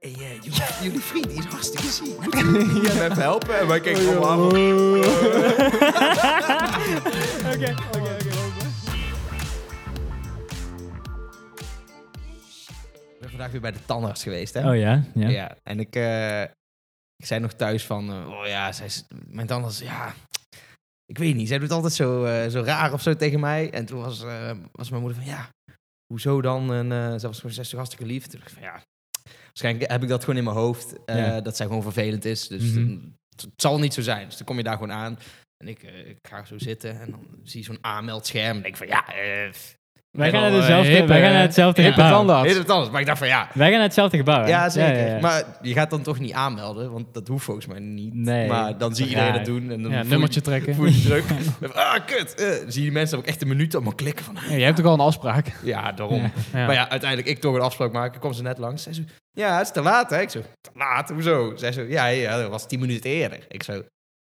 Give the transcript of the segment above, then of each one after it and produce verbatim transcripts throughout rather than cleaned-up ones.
Hey, uh, jullie, jullie vriend die is hartstikke ziek. Moet je hem even helpen? En wij kijken allemaal aan. Oké, oké, oké. Ik ben vandaag weer bij de tandarts geweest, hè? Oh ja? Ja. Ja, en ik, uh, ik zei nog thuis van... Uh, oh ja, zij, mijn tandarts, ja... Ik weet niet, zij doet altijd zo, uh, zo raar of zo tegen mij. En toen was, uh, was mijn moeder van, ja... Hoezo dan? En uh, zij was gewoon zestig hartstikke lief. Toen dacht ik van, ja... Waarschijnlijk heb ik dat gewoon in mijn hoofd. Uh, ja. Dat zij gewoon vervelend is. Dus mm-hmm. het, het zal niet zo zijn. Dus dan kom je daar gewoon aan. En ik, uh, ik ga zo zitten. En dan zie je zo'n aanmeldscherm. En denk ik van, ja... Uh, Wij gaan, naar dezelfde, hippe, wij gaan naar hetzelfde gebouw. Heel het anders. Maar ik dacht van, ja... Wij gaan naar hetzelfde gebouw, hè? Ja, zeker. Ja, ja, ja. Maar je gaat dan toch niet aanmelden. Want dat hoeft volgens mij niet. Nee. Maar dan zie je iedereen dat doen. En dan ja, nummertje je, trekken. Voel je druk. Ah, kut. Uh, dan zie je die mensen ook echt een minuut allemaal klikken van... Ja, je hebt toch al een afspraak? Ja, daarom. Ja. Ja. Maar ja, uiteindelijk ik toch een afspraak maken. Kom ze net langs. Zij zo, ja, het is te laat, hè? Ik zo, te laat? Hoezo? Zij zo, ja, ja, dat was tien minuten eerder. Ik zo,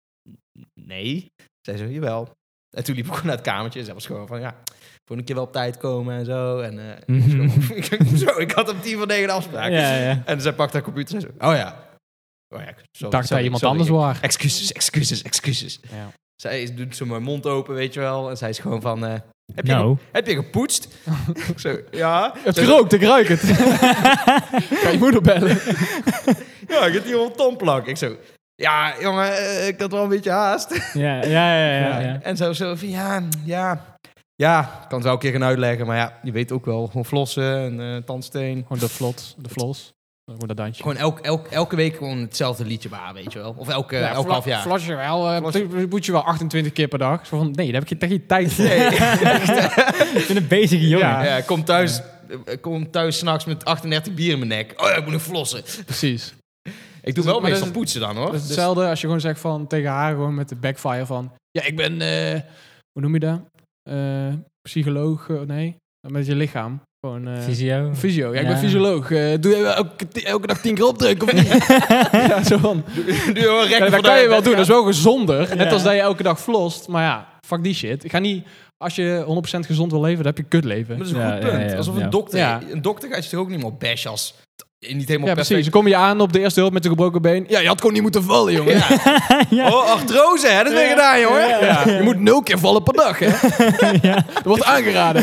nee. Zij zo, jawel. En toen liep ik gewoon naar het kamertje. En zij was gewoon van, ja, voor een keer wel op tijd komen en zo. En uh, mm-hmm. zo, zo, ik had om tien van negen de afspraak. Ja, ja. En zij pakt haar computer en zei zo, oh ja. Oh ja, sorry, dacht dat iemand sorry, anders was. Excuses, excuses, excuses. Ja. Zij doet zo mijn mond open, weet je wel. En zij is gewoon van, uh, heb, je no. ge- heb je gepoetst? Zo, ja. Heb je gerookt? Ik ruik het. Kan je moeder bellen? Ja, ik heb hier wel een tandplak. Ik zo, ja, jongen, uh, ik had wel een beetje haast. Ja, ja, ja. ja, ja. ja. En zo, zo van, ja, ja. Ja, ik kan het wel een keer gaan uitleggen. Maar ja, je weet ook wel, gewoon flossen en uh, tandsteen. Gewoon de flot, de flos. Gewoon dat dansje. Gewoon elk, elk, elke week gewoon hetzelfde liedje bij, weet je wel. Of elke, ja, elk fla- half jaar. Flas je wel, uh, Flas- moet je wel achtentwintig keer per dag. Zo van, nee, daar heb je tegen je tijd voor. Nee. Ik ben een bezige jongen. Ja, ja, ik kom thuis, ja. kom thuis s'nachts met achtendertig bier in mijn nek. Oh ja, ik moet nog flossen. Precies. Ik doe dus, wel meestal is, poetsen dan, hoor. Dat is hetzelfde dus, als je gewoon zegt van tegen haar gewoon met de backfire van... Ja, ik ben, uh, hoe noem je dat? Uh, psycholoog, uh, nee, met je lichaam. Gewoon, uh, Fysio. Fysio, ja, ik ja. ben fysioloog. Uh, doe je elke, elke dag tien keer opdrukken of niet? Ja, zo van. Doe, doe je wel rekken ja, dat kan je wel doen, ja. dat is wel gezonder. Ja. Net als dat je elke dag flost. Maar ja, fuck die shit. Ik ga niet... Als je honderd procent gezond wil leven, dan heb je kut leven. Dat is een ja, goed punt. Ja, ja, Alsof ja. een dokter... Ja. Een dokter gaat je toch ook niet meer bashen als... Niet helemaal ja, perfect. precies. Dan kom je aan op de eerste hulp met een gebroken been. Ja, je had gewoon niet moeten vallen, jongen. Ja. Ja. Oh, artrose, hè? Dat ben je gedaan, jongen. Ja, ja. Ja. Je moet nul keer vallen per dag, hè? Ja. Dat wordt aangeraden.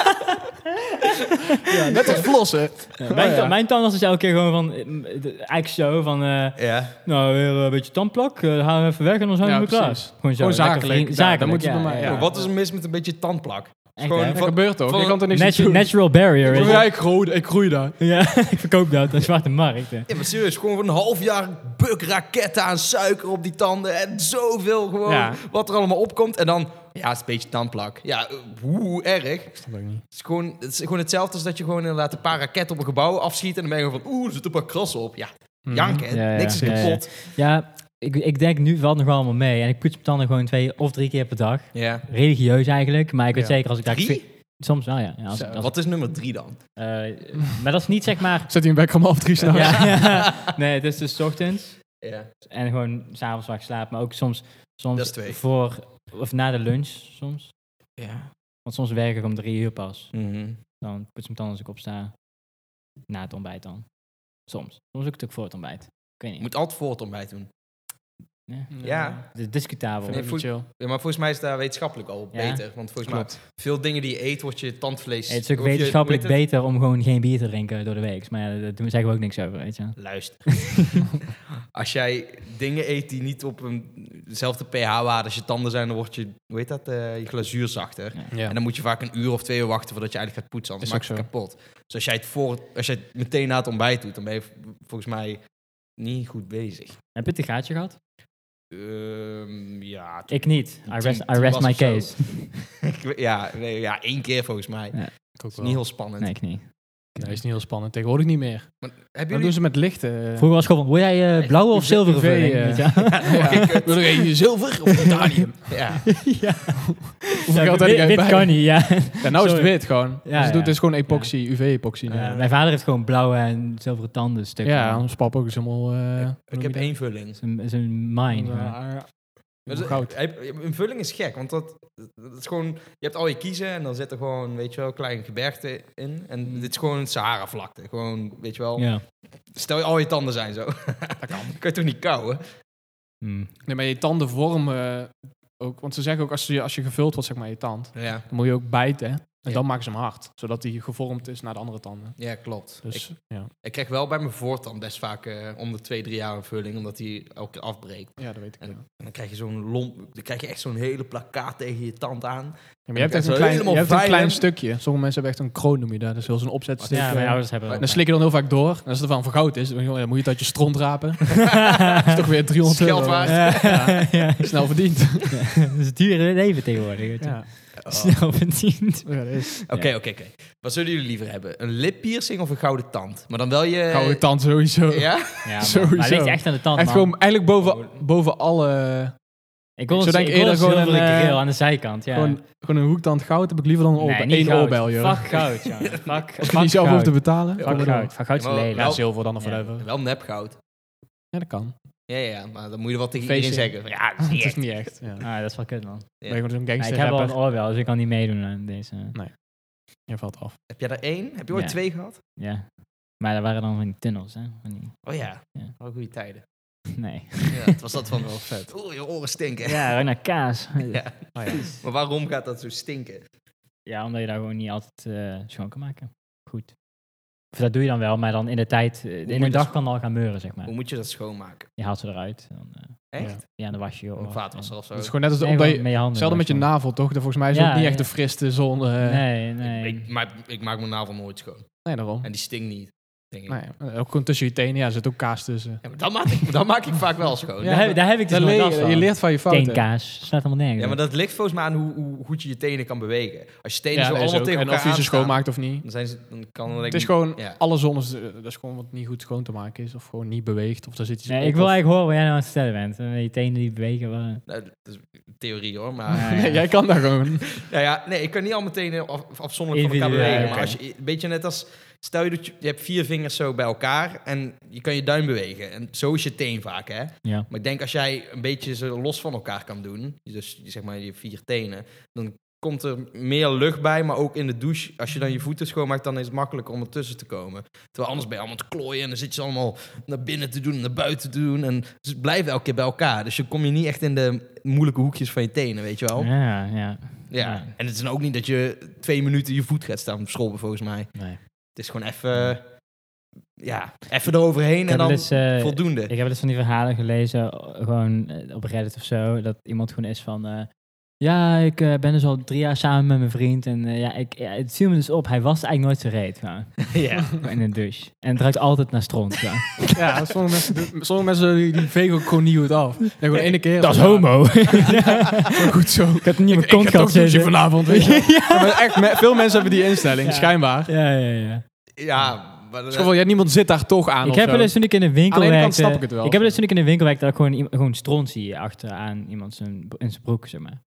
Ja, net als flossen. Ja, mijn, ta- mijn tandarts is elke keer gewoon van... Eigenlijk zo van... Uh, Ja. Nou, weer een beetje tandplak. Uh, halen we even weg en dan zijn we Ja, weer klaar. precies. Gewoon zo. Gewoon zakelijk. Vriend, Ja, zakelijk, dan moet je ja, bij mij- ja, ja. ja. Wat is er mis met een beetje tandplak? Echt, Gewoon hè? Dat van- gebeurt toch? van- Je kan er niks aan Natu- doen. natural barrier. weet je. Ja, ik groei, ik groei daar. Ja, ik verkoop dat. Dat is zwarte markt. Hè. Ja, maar serieus, gewoon van een half jaar bukraketten aan suiker op die tanden. En zoveel gewoon Ja. wat er allemaal opkomt. En dan, ja, het is een beetje tandplak. Ja, uh, hoe erg. Dat snap ik niet. Het is, gewoon, het is gewoon hetzelfde als dat je gewoon inderdaad een paar raketten op een gebouw afschiet. En dan ben je gewoon van, oeh, er zitten een paar krassen op. Ja, Mhm. janken, Ja, ja, niks is ja, ja. kapot. Ja, ik, ik denk nu valt nog wel allemaal mee. En ik poets mijn tanden gewoon twee of drie keer per dag. Ja. Religieus eigenlijk. Maar ik weet Ja. zeker als ik daar... Drie? Soms wel, ja. ja als, Zo, als, Wat is nummer drie dan? uh, maar dat is niet zeg maar... Zet hij een wekker om half drie s'nachts? ja, ja. Nee, het is dus 's ochtends. Ja. En gewoon s'avonds waar ik slaap. Maar ook soms, soms Dat is twee. voor of na de lunch soms. Ja. Want soms werk ik om drie uur pas. Mm-hmm. Dan poets ik mijn tanden als ik opsta. Na het ontbijt dan. Soms. Soms ook ook voor het ontbijt. Ik weet niet. Je moet altijd voor het ontbijt doen. Ja. Ja. Het is discutabel. Nee, Nee, voel- chill. Ja, maar volgens mij is daar wetenschappelijk al Ja. beter. Want volgens Klopt. mij, veel dingen die je eet, wordt je tandvlees... Het is ook of je- wetenschappelijk hoe heet het? beter om gewoon geen bier te drinken door de week. Maar ja, daar zeggen we ook niks over, weet je. Luister. Als jij dingen eet die niet op een dezelfde pH-waarde als je tanden zijn, dan wordt je, hoe heet dat, uh, je glazuur zachter. Ja. Ja. En dan moet je vaak een uur of twee uur wachten voordat je eigenlijk gaat poetsen, anders Is maakt je ook het kapot. Dus als jij het, voor, als jij het meteen na het ontbijt doet, dan ben je volgens mij niet goed bezig. Heb je het een gaatje gehad? Um, ja, Ik niet. I Tien- rest, I tien rest was my of zo. case. ik weet- ja, nee, ja, één keer volgens mij. Ja. Ik ook Dat is wel. niet heel spannend. Nee, ik niet. Nee, is niet heel spannend. Tegenwoordig niet meer. Maar hebben Dat jullie... doen ze met lichten. Vroeger was het gewoon, wil jij uh, blauwe of U V, zilveren U V, vulling? uh, weet je? Wil je zilver of titanium? Ja. Ja. Hoeveel Ja, geld heb wit, jij wit bij? kan niet, ja. Ja, nou is het Sorry. wit gewoon. Ja, dus het, doet, ja. het is gewoon epoxy, U V-epoxy. Uh, Ja, mijn vader heeft gewoon blauwe en zilveren tanden stukken. ja, ons pap ook is helemaal... Uh, Ik heb één vulling. Het is een, het is een mine. Ja, ja. Maar Hoe dat- goud. hij- Een vulling is gek, want dat, dat is gewoon... Je hebt al je kiezen en dan zit er gewoon, weet je wel, klein gebergte in. En Mm. dit is gewoon een Sahara-vlakte. Gewoon, weet je wel... Ja. Stel je al je tanden zijn zo. Dat kan. kan je toch niet kauwen? Mm. Nee, maar je tanden vormen eh, ook... Want ze zeggen ook, als je, als je gevuld wordt, zeg maar, je tand... Ja, dan moet je ook bijten. En Ja. dan maken ze hem hard. Zodat hij gevormd is naar de andere tanden. ja klopt. Dus, Ik, ja. ik krijg wel bij mijn voortand best vaak eh, om de twee, drie jaar een vulling. Omdat die elke keer afbreekt. ja, dat weet ik. En, Ja. en dan krijg je zo'n lomp... Dan krijg je echt zo'n hele plakkaat tegen je tand aan. Ja, maar je hebt echt Zo een klein, je helemaal hebt een klein veilen. stukje. Sommige mensen hebben echt een kroon, noem je dat. Dat is heel zo'n opzetstuk. Ja, eh, mijn ouders hebben en ook. dan slik je dan heel vaak door. En als het ervan voor goud is, dan moet je het uit je stront rapen. Dat is toch weer driehonderd euro. Geld waard. Ja. Ja. Snel verdiend. Dat is het dure leven tegenwoordig. weet je. Ja. Snel verdiend. Ja, dat is. Oké, oké, oké. Wat zullen jullie liever hebben? Een lippiercing of een gouden tand? Maar dan wel je... Gouden tand sowieso. Ja? Ja, man. Sowieso. Maar het ligt echt aan de tand, Echt man. gewoon eigenlijk boven, boven alle... Ik wil Zo een, denk ik ik wil eerder een gewoon een, zilveren eh, grill aan de zijkant, ja. Gewoon, gewoon een hoektand goud heb ik liever dan een nee, oorbel. niet Één goud. oorbel, joh. Fuck goud, ja. Fuck, Als je fuck die zelf hoeft goud. te betalen. Fuck Fuck goud. goud. Fuck goud is Ja, maar lelijk. Ja, zilver dan of Ja. whatever. Wel nepgoud. Ja, dat kan. Ja, ja, ja, maar dan moet je er wel tegen Feestje. iedereen zeggen. Ja, dat is niet Het is echt. niet echt. Ja. Ah, dat is wel kut, man. Ja. Ben je gewoon zo'n Ja, gangster ik heb wel een rapper. oorbel, dus ik kan niet meedoen aan deze. Je valt af. Heb jij er één? Heb je ooit Ja. twee gehad? Ja. Maar dat waren dan van die tunnels, hè. Van die... Oh ja, Ja. oh, goede tijden. Nee. Ja, het was dat van... Wel vet. Oeh, je oren stinken. Ja, ruik naar kaas. Ja. Oh, ja. Maar waarom gaat dat zo stinken? Ja, omdat je daar gewoon niet altijd uh, schoon kan maken. Goed. Of dat doe je dan wel, maar dan in de tijd, uh, in moet een je dag dat- kan het al gaan meuren, zeg maar. Hoe moet je dat schoonmaken? Je haalt ze eruit. Dan, uh, Echt? ja, dan was je je Een oor. vaatwasser of zo? Het is gewoon net als Nee, omdat gewoon je... met je handen. Hetzelfde met je wassen. navel, toch? Dat volgens mij is Ja, ook niet ja. echt de friste zon. eh, Nee, nee. Ik, maar, ik maak mijn navel nooit schoon. Nee, daarom. En die stinkt niet, denk ik. Nee, ook gewoon tussen je tenen. Ja, er zit ook kaas tussen. Ja, maar dat maak ik, dat maak ik vaak wel schoon. Ja, daar, heb, daar heb ik dus Dan nooit leer last je, van. je leert van je fouten. Teenkaas. Slaat helemaal nergens Ja, maar op. dat ligt volgens mij aan hoe, hoe goed je je tenen kan bewegen. Als je tenen Ja, zo dat is allemaal ook. tegen En elkaar of je ze aanstaan, schoonmaakt of niet. dan, zijn ze, dan kan het Het is gewoon, Ja. alle zon is, eh, dat is gewoon wat niet goed schoon te maken is. Of gewoon niet beweegt. Of daar zit iets Nee, op, ik wil of- eigenlijk horen wat jij nou aan het stellen bent. Eh, Je tenen die bewegen. Wel. Nou, dat is een theorie hoor, maar... Ja, Nee, jij kan dat gewoon. Nou ja, nee, ik kan niet al mijn tenen af, afzonderlijk van elkaar Individueel, bewegen. ja, Maar oké. als je, een beetje net als... Stel je dat je, je hebt vier vingers zo bij elkaar en je kan je duim bewegen. En zo is je teen vaak, hè. Ja. Maar ik denk als jij een beetje ze los van elkaar kan doen, dus zeg maar je vier tenen, dan komt er meer lucht bij, maar ook in de douche. Als je dan je voeten schoonmaakt, dan is het makkelijker om ertussen te komen. Terwijl anders ben je allemaal te klooien en dan zit je allemaal naar binnen te doen en naar buiten te doen. En dus het blijft elke keer bij elkaar. Dus je kom je niet echt in de moeilijke hoekjes van je tenen, weet je wel. Ja, ja. Ja. Ja. En het is dan ook niet dat je twee minuten je voet gaat staan op school, volgens mij. Nee. Het is gewoon even, ja, even eroverheen Ik en heb dan wel eens, eh, voldoende. Ik heb wel eens van die verhalen gelezen, eh, gewoon eh, op Reddit of zo, dat iemand gewoon is van... eh, ja, ik eh, ben dus al drie jaar samen met mijn vriend en eh, ja, ik, ja, het viel me dus op, hij was eigenlijk nooit zo reet, gewoon, ja. in een douche. En het ruikt altijd naar stront, gewoon. Ja, sommige mensen, doen- sommige mensen die, die vegen ook gewoon niet goed af. Nee, gewoon ene keer. Dat is Ja, homo. Goed zo. Ik heb niet in mijn Ik kont heb gehad toch douchen zitten. vanavond. Weet je. Ja, maar echt, me- veel mensen hebben die instelling, Ja. schijnbaar. Ja, ja, ja. Ja, maar, Het is gewoon, ja, niemand zit daar toch aan. Ik of heb zo. wel eens toen ik in een winkel Aan de ene kant werkte... snap ik het wel. Ik heb wel eens toen ik in een winkel werkte, dat ik gewoon, iem- gewoon stront zie achteraan iemand zijn, in zijn broek, zeg maar.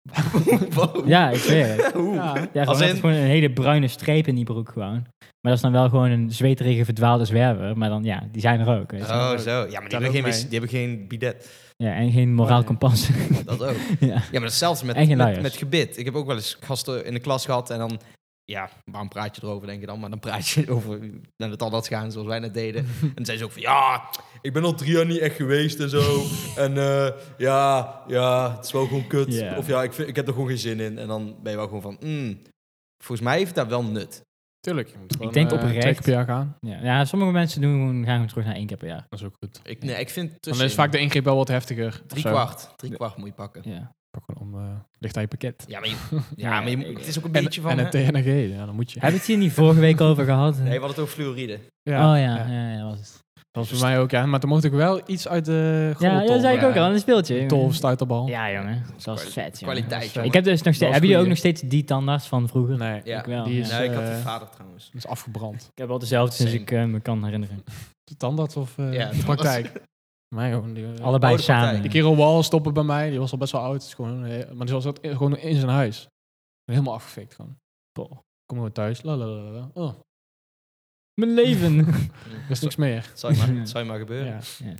Wow. Ja, ik zweer het. Hoe? Ja. Ja, Als gewoon, in- gewoon een hele bruine streep in die broek gewoon. Maar dat is dan wel gewoon een zweterige verdwaalde zwerver. Maar dan, ja, die zijn er ook. Weet je. Oh, zo. Ja, maar die Tel hebben, ook geen, mee. wc die hebben geen bidet. Ja, en geen moraal nee. kompas. Dat ook. ja. Ja, maar dat is hetzelfde met, En geen met, luiers. met gebit. Ik heb ook wel eens gasten in de klas gehad en dan... Ja, waarom praat je erover, denk je dan? Maar dan praat je over naar de tandarts gaan, zoals wij net deden. En dan zei ze ook van, ja, ik ben al drie jaar niet echt geweest en zo. En eh, ja, ja, het is wel gewoon kut. Ja. Of ja, ik, vind, ik heb er gewoon geen zin in. En dan ben je wel gewoon van, mm, volgens mij heeft dat wel nut. Tuurlijk. Je moet gewoon, denk eh, oprecht. twee keer per jaar gaan. Ja. ja, sommige mensen doen gewoon, gaan gewoon terug naar één keer per jaar. Dat is ook goed. Ik, nee, ik vind Dan tussen is vaak de ingreep wel wat heftiger. of drie zo. kwart. Drie kwart moet je pakken. Ja. Pak gewoon om, eh, ligt aan je pakket. Ja, maar, je, ja, Ja, maar je, ik- het is ook een En, beetje van... en hè? het T N G, ja, dan moet je. Hebben we het hier niet vorige week over gehad? Nee, we hadden het over fluoride. Oh ja, ja. ja, was het. Dat was voor mij ook, ja. Maar toen mocht ik wel iets uit de Ja, ja, dat zei ik ja. ook al, een speeltje. Tol of stuiterbal. Ja, jongen. Dat was Kwali- vet, jongen. Kwaliteit, jongen. Ik heb dus nog steeds... was Hebben jullie ook goeie. nog steeds die tandarts van vroeger? Nee, Ja, Ik wel. die is, ja. nee, ik had eh, die vader trouwens. dat is afgebrand. Ik heb wel dezelfde sinds Same. ik eh, me kan herinneren. De tandarts of eh, Ja, de dat praktijk? Mij gewoon. Die, eh, Allebei oude partij. samen. Die kerel Wal stoppen bij mij. Die was al best wel oud. Het is gewoon, eh, maar die was dat in- gewoon in zijn huis. Helemaal afgefikt gewoon. Poh. Kom gewoon thuis. Lalalala. Oh, Mijn leven. er is niks meer. Het zou je maar, het zou je maar gebeuren. Ja. Ja.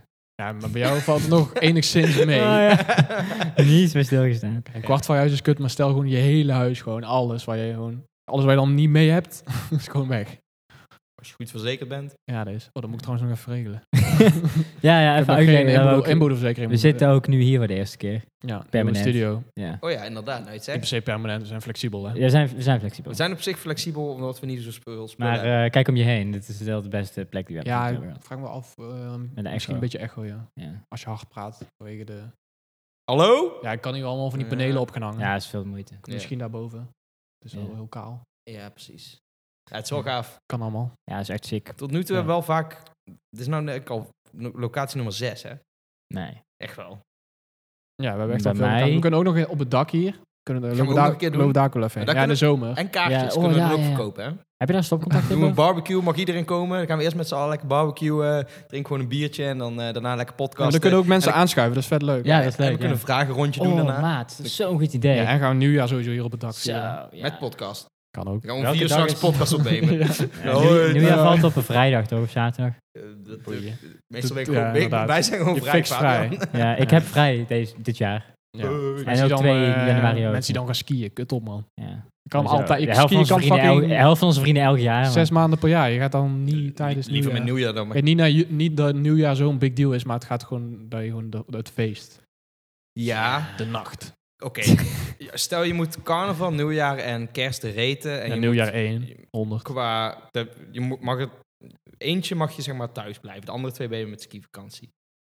Ja, maar bij jou valt het nog enigszins mee. Oh, ja. Niets meer stilgestaan. Een kwart van je huis is kut, maar stel gewoon je hele huis, gewoon alles waar je gewoon... Alles waar je dan niet mee hebt, is gewoon weg. Als je goed verzekerd bent. Ja, dat is. Oh, dat moet ik trouwens nog even regelen. ja, ja, Ik heb even nog geen uitleggen. dat we inboedel- ook- inboedelverzekering. We zitten ook nu hier voor de eerste keer. Ja, in permanent. de studio. Ja. Oh ja, inderdaad. Nou, je Niet zegt. per se permanent, we zijn flexibel, hè? Ja, we, zijn, we zijn flexibel. We zijn op zich flexibel omdat we niet zo spul spullen Maar hebben. uh, kijk om je heen. Dit is wel de beste plek die we Ja, hebben. ik vraag me af. Uh, Met de misschien echo. een beetje echo, ja. Ja. Als je hard praat vanwege de... Hallo? Ja, ik kan hier allemaal van die Ja. panelen opgehangen. ja, dat is veel moeite. Ja. Misschien daarboven. Het is Ja. wel heel kaal. Ja, precies. Ja, het is wel gaaf. Kan allemaal. Ja, dat is echt sick. Tot nu toe Ja. hebben we wel vaak... Dit is nou net al no- locatie nummer zes, hè? Nee. Echt wel. Ja, we hebben echt Bij al veel mij- elkaar. We kunnen ook nog op het dak hier. Kunnen, we lopen ook daar, nog een keer doen? lopen daar ook wel even Maar heen. daar Ja, in de kunnen- zomer. En kaartjes Ja, oh, kunnen we ja, dan ook ja. verkopen, hè? Heb je daar stopcontact Doen we een in? barbecue, mag iedereen komen? Dan gaan we eerst met z'n allen lekker barbecuen. Drink gewoon een biertje en dan uh, daarna lekker Ja, podcasten. dan kunnen ook mensen En dan- aanschuiven, dat is vet leuk. Ja, dat is En we leuk. kunnen Ja. een vragenrondje doen Oh, daarna. maat. Dat is zo'n goed idee. Ja, en gaan we nieuwjaar sowieso hier op het dak Zo, vieren. ja. Met podcast. Kan ook. Dan gaan we om Welke vier uur dag straks is- podcast opnemen. Ja. Ja, Hoi. nieuw- nieuwjaar Ja. valt op een vrijdag, toch? Of zaterdag? Uh, dat, uh, Goeie. meestal ben ik Ja, gewoon... week- inderdaad. wij zijn gewoon Je vrij. fix vrij. Fabian. Ja, ik heb vrij deze, dit jaar. Ja. Uh, En Mensen ook die twee eh, januari ook. Mensen die dan gaan skiën. Kut op, man. Ja. Je kan Sowieso. altijd... de Ik helft ski van, kan onze vrienden elk, fucking de helft van onze vrienden elk jaar. zes man. maanden per jaar. Je gaat dan niet tijdens Liever met nieuwjaar. nieuwjaar dan Ik met... weet niet, dat je- niet dat nieuwjaar zo'n big deal is, maar het gaat gewoon dat je gewoon de, het feest. Ja, De nacht. oké. Ja, stel je moet carnaval, nieuwjaar en kerst reten. En En je nieuwjaar moet, één, honderd. Qua... De, je moet, mag het... Eentje mag je zeg maar thuis blijven. De andere twee ben je met skivakantie.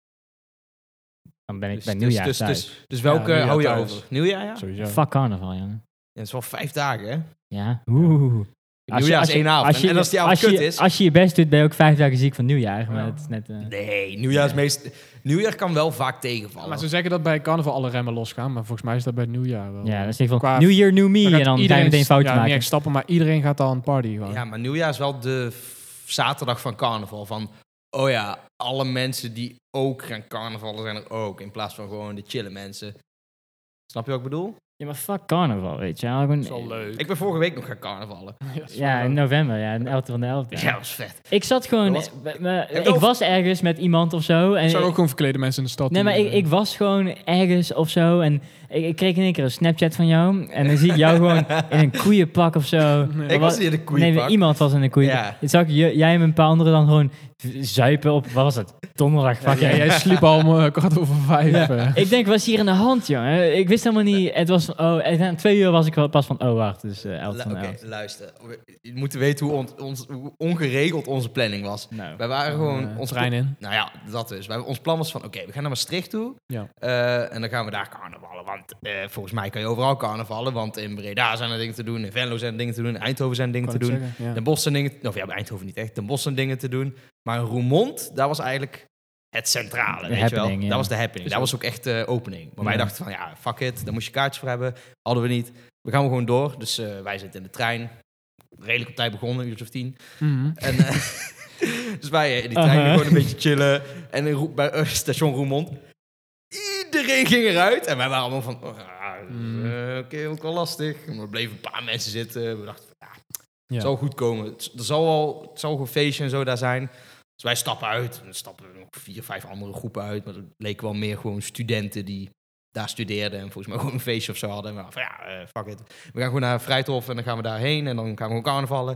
Dan ben ik Dus, bij dus, nieuwjaar dus, thuis. dus, dus welke nieuwjaar hou je thuis. over? Nieuwjaar, ja? Sowieso. Fuck carnaval, ja. Ja, dat is wel vijf dagen, hè? Ja. Oeh. Nieuwjaar is één avond. En- en als die avond als je, kut is- Als je je best doet, ben je ook vijf dagen ziek van nieuwjaar. Maar Ja. het is net... eh, Nee, nieuwjaar is meest... Nieuwjaar kan wel vaak tegenvallen. Maar ze zeggen dat bij carnaval alle remmen losgaan, maar volgens mij is dat bij het nieuwjaar wel. ja, dan is het van Qua- New Year, New Me. Dan gaat En dan ga je iedereen meteen st- fouten ja, niet maken. echt stappen, maar iedereen gaat dan een party gewoon. Ja, maar nieuwjaar is wel de f- zaterdag van carnaval. Van, oh ja, alle mensen die ook gaan carnavallen zijn er ook. In plaats van gewoon de chille mensen. Snap je wat ik bedoel? Ja, maar fuck carnaval, weet je. wel. Gewoon, Dat is wel leuk. Ik ben vorige week nog gaan carnavallen. Ja, dat is Ja, wel in leuk. november, ja. De elfde van de elfde. Ja, dat was vet. Ik zat gewoon... Dat eh, me- Heb je ik ook- was ergens met iemand of zo. En Er zijn ik- ook gewoon verklede mensen in de stad. Nee, die, maar ik, eh, ik was gewoon ergens of zo en ik, ik kreeg in één keer een Snapchat van jou en dan zie ik jou gewoon in een koeienpak of zo. Nee. Ik was niet in de koeienpak. Nee, iemand was in een koeienpak. Ja. Ik zag je, jij en een paar anderen dan gewoon zuipen op, wat was het? Donderdag. Ja, fuck jij, yeah. jij sliep al om eh, kwart over vijf. Ja. eh. Ik denk, wat is hier aan de hand, jongen? Ik wist helemaal niet, het was van, oh, en na twee uur was ik wel pas van, oh, wacht, dus uh, elf Lu- van de Oké, elf. luister. We- Je moet weten hoe, on- ons, hoe ongeregeld onze planning was. Nou, Wij waren gewoon... Eh, ons trein in. Nou ja, dat dus. Wij, ons plan was van, oké, we gaan naar Maastricht toe. Ja. Eh, en dan gaan we daar carnavallen. Want eh, volgens mij kan je overal carnavallen. Want in Breda zijn er dingen te doen. In Venlo zijn er dingen te doen. In Eindhoven zijn er dingen Kan te ik doen. zeggen, ja. Den Bosch zijn dingen... Of ja, bij Eindhoven niet echt. Den Bosch zijn dingen te doen. Maar in Roermond, daar was eigenlijk het centrale, De weet je wel. happening, ja. Dat was de happening. Is Daar ook- was ook echt de opening. Maar wij Ja. dachten van, ja, fuck it. Daar moest je kaartjes voor hebben. Hadden we niet. We gaan gewoon door. Dus eh, wij zitten in de trein. Redelijk op tijd begonnen, een uurtje of tien. Mhm. En, eh, dus wij in die trein Uh-huh. gewoon een beetje chillen. En in Roe- bij eh, station Roermond, iedereen ging eruit. En wij waren allemaal van, oh, ja, Mm. eh, oké, ook wel lastig. Maar er bleven een paar mensen zitten. We dachten, ja, het Ja. zal goed komen. Het, er zal wel, het zal gewoon een feestje en zo daar zijn. Dus wij stappen uit. En dan stappen er nog vier, vijf andere groepen uit. Maar het leken wel meer gewoon studenten die daar studeerden. En volgens mij gewoon een feestje of zo hadden. Maar van ja, eh, fuck it. We gaan gewoon naar Vrijthof en dan gaan we daarheen. En dan gaan we gewoon carnavallen.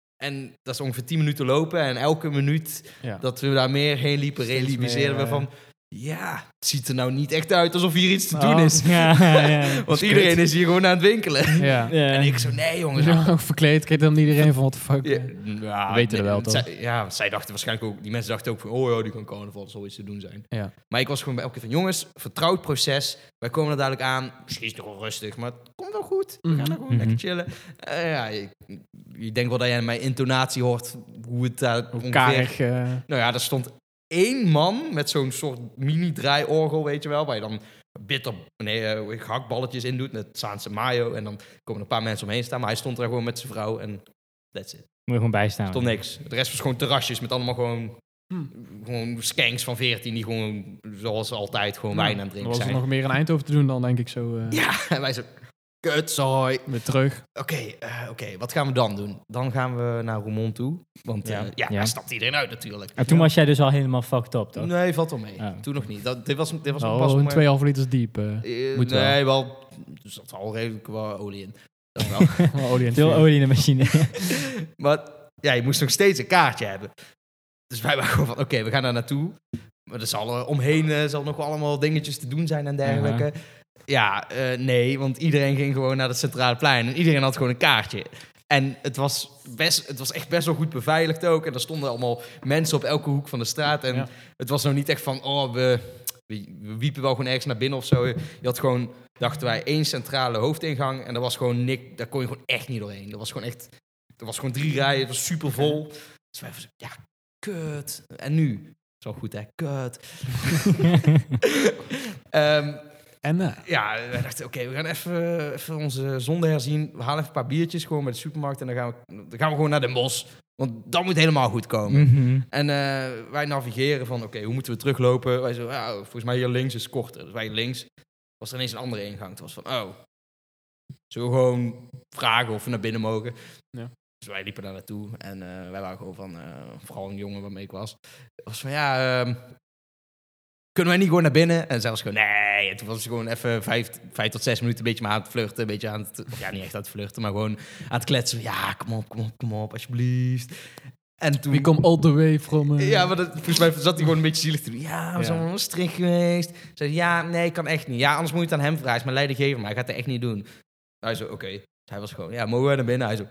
En dat is ongeveer tien minuten lopen. En elke minuut Ja. dat we daar meer heen liepen, Steeds realiseerden meer, we van... Ja, het ziet er nou niet echt uit alsof hier iets te doen Oh, is. Ja, ja, ja. Want iedereen is hier gewoon aan het winkelen. Ja. Ja. En ik zo, nee jongens. Dus ook verkleed, kreeg dan iedereen van wat de fuck. Ja, eh. ja, weten er wel, toch? zij- ja, want zij dachten waarschijnlijk ook... Die mensen dachten ook van... Oh ja, die kan carnaval, dat zal iets te doen zijn. Ja. Maar ik was gewoon bij elke keer van... Jongens, vertrouwd proces. Wij komen er dadelijk aan. Misschien is het nog wel rustig, maar het komt wel goed. We gaan er gewoon Mhm. lekker chillen. Eh, ja, je, je denkt wel dat je aan mijn intonatie hoort... Hoe het daar Hoe ongeveer... karig. eh, Nou ja, er stond één man met zo'n soort mini-draaiorgel, weet je wel, waar je dan bitter, nee, uh, gehaktballetjes in doet met Saanse mayo. En dan komen er een paar mensen omheen staan, maar hij stond er gewoon met zijn vrouw en that's it. Moet je gewoon bijstaan. Er stond niks. De rest was gewoon terrasjes met allemaal gewoon, Hm. gewoon skanks van veertien die gewoon, zoals altijd, gewoon wijn aan het Dan drinken was er zijn. nog meer in Eindhoven te doen dan, denk ik zo. eh. Ja, en wij zo, kut, sorry. Weer terug. Oké, eh, oké, wat gaan we dan doen? Dan gaan we naar Roermond toe. Want Ja. ja, ja, Ja. daar stapt iedereen uit natuurlijk. En toen was jij dus al helemaal fucked up, toch? Nee, valt wel mee. Oh. Toen nog niet. Dat, dit was, dit was nog Oh, pas... een maar- twee komma vijf liters diep. eh. Eh, moet wel. nee, wel. Er zat al redelijk wel olie in. Dat wel. Oh, olie en Veel vuur. olie in de machine. Maar ja, je moest nog steeds een kaartje hebben. Dus wij waren gewoon van, oké, we gaan daar naartoe. Maar er zal er omheen eh, zal nog wel allemaal dingetjes te doen zijn en dergelijke. Ja, eh, nee, want iedereen ging gewoon naar het Centrale Plein. En iedereen had gewoon een kaartje. En het was, best, het was echt best wel goed beveiligd ook. En er stonden allemaal mensen op elke hoek van de straat. En Ja. het was nou niet echt van, oh, we, we, we wiepen wel gewoon ergens naar binnen of zo. Je had gewoon, dachten wij, één centrale hoofdingang. En dat was gewoon niks, daar kon je gewoon echt niet doorheen. Dat was gewoon echt, er was gewoon drie rijen, het was super vol. Dus wij van, ja, kut. En nu? Dat is wel goed, hè? Kut. Ehm, En eh, ja, wij dachten, oké, we gaan even, even onze zonde herzien. We halen even een paar biertjes gewoon bij de supermarkt. En dan gaan we, dan gaan we gewoon naar Den Bosch. Want dat moet helemaal goed komen. Mhm. En eh, wij navigeren van, oké, hoe moeten we teruglopen? Wij zo, ja, volgens mij hier links is korter. Dus wij links. Was er ineens een andere ingang. Het was van, oh. Zullen we gewoon vragen of we naar binnen mogen? Ja. Dus wij liepen daar naartoe. En eh, wij waren gewoon van, uh, vooral een jongen waarmee ik was. was van, ja, um, kunnen wij niet gewoon naar binnen? En zij was gewoon, nee. En toen was ze gewoon even vijf, vijf tot zes minuten een beetje maar aan het flirten. Een beetje aan het, of ja, niet echt aan het flirten, maar gewoon aan het kletsen. Ja, kom op, kom op, kom op, alsjeblieft. En toen... we come all the way from... eh, Ja, maar dat, volgens mij zat hij gewoon een beetje zielig te doen. Ja, we zijn Ja. wel strikt geweest. Zei, ja, nee, kan echt niet. Ja, anders moet je het aan hem vragen. Hij is mijn leidinggever, maar hij gaat het echt niet doen. Hij zo, oké. Okay. Hij was gewoon, ja, mogen wij naar binnen? Hij zo,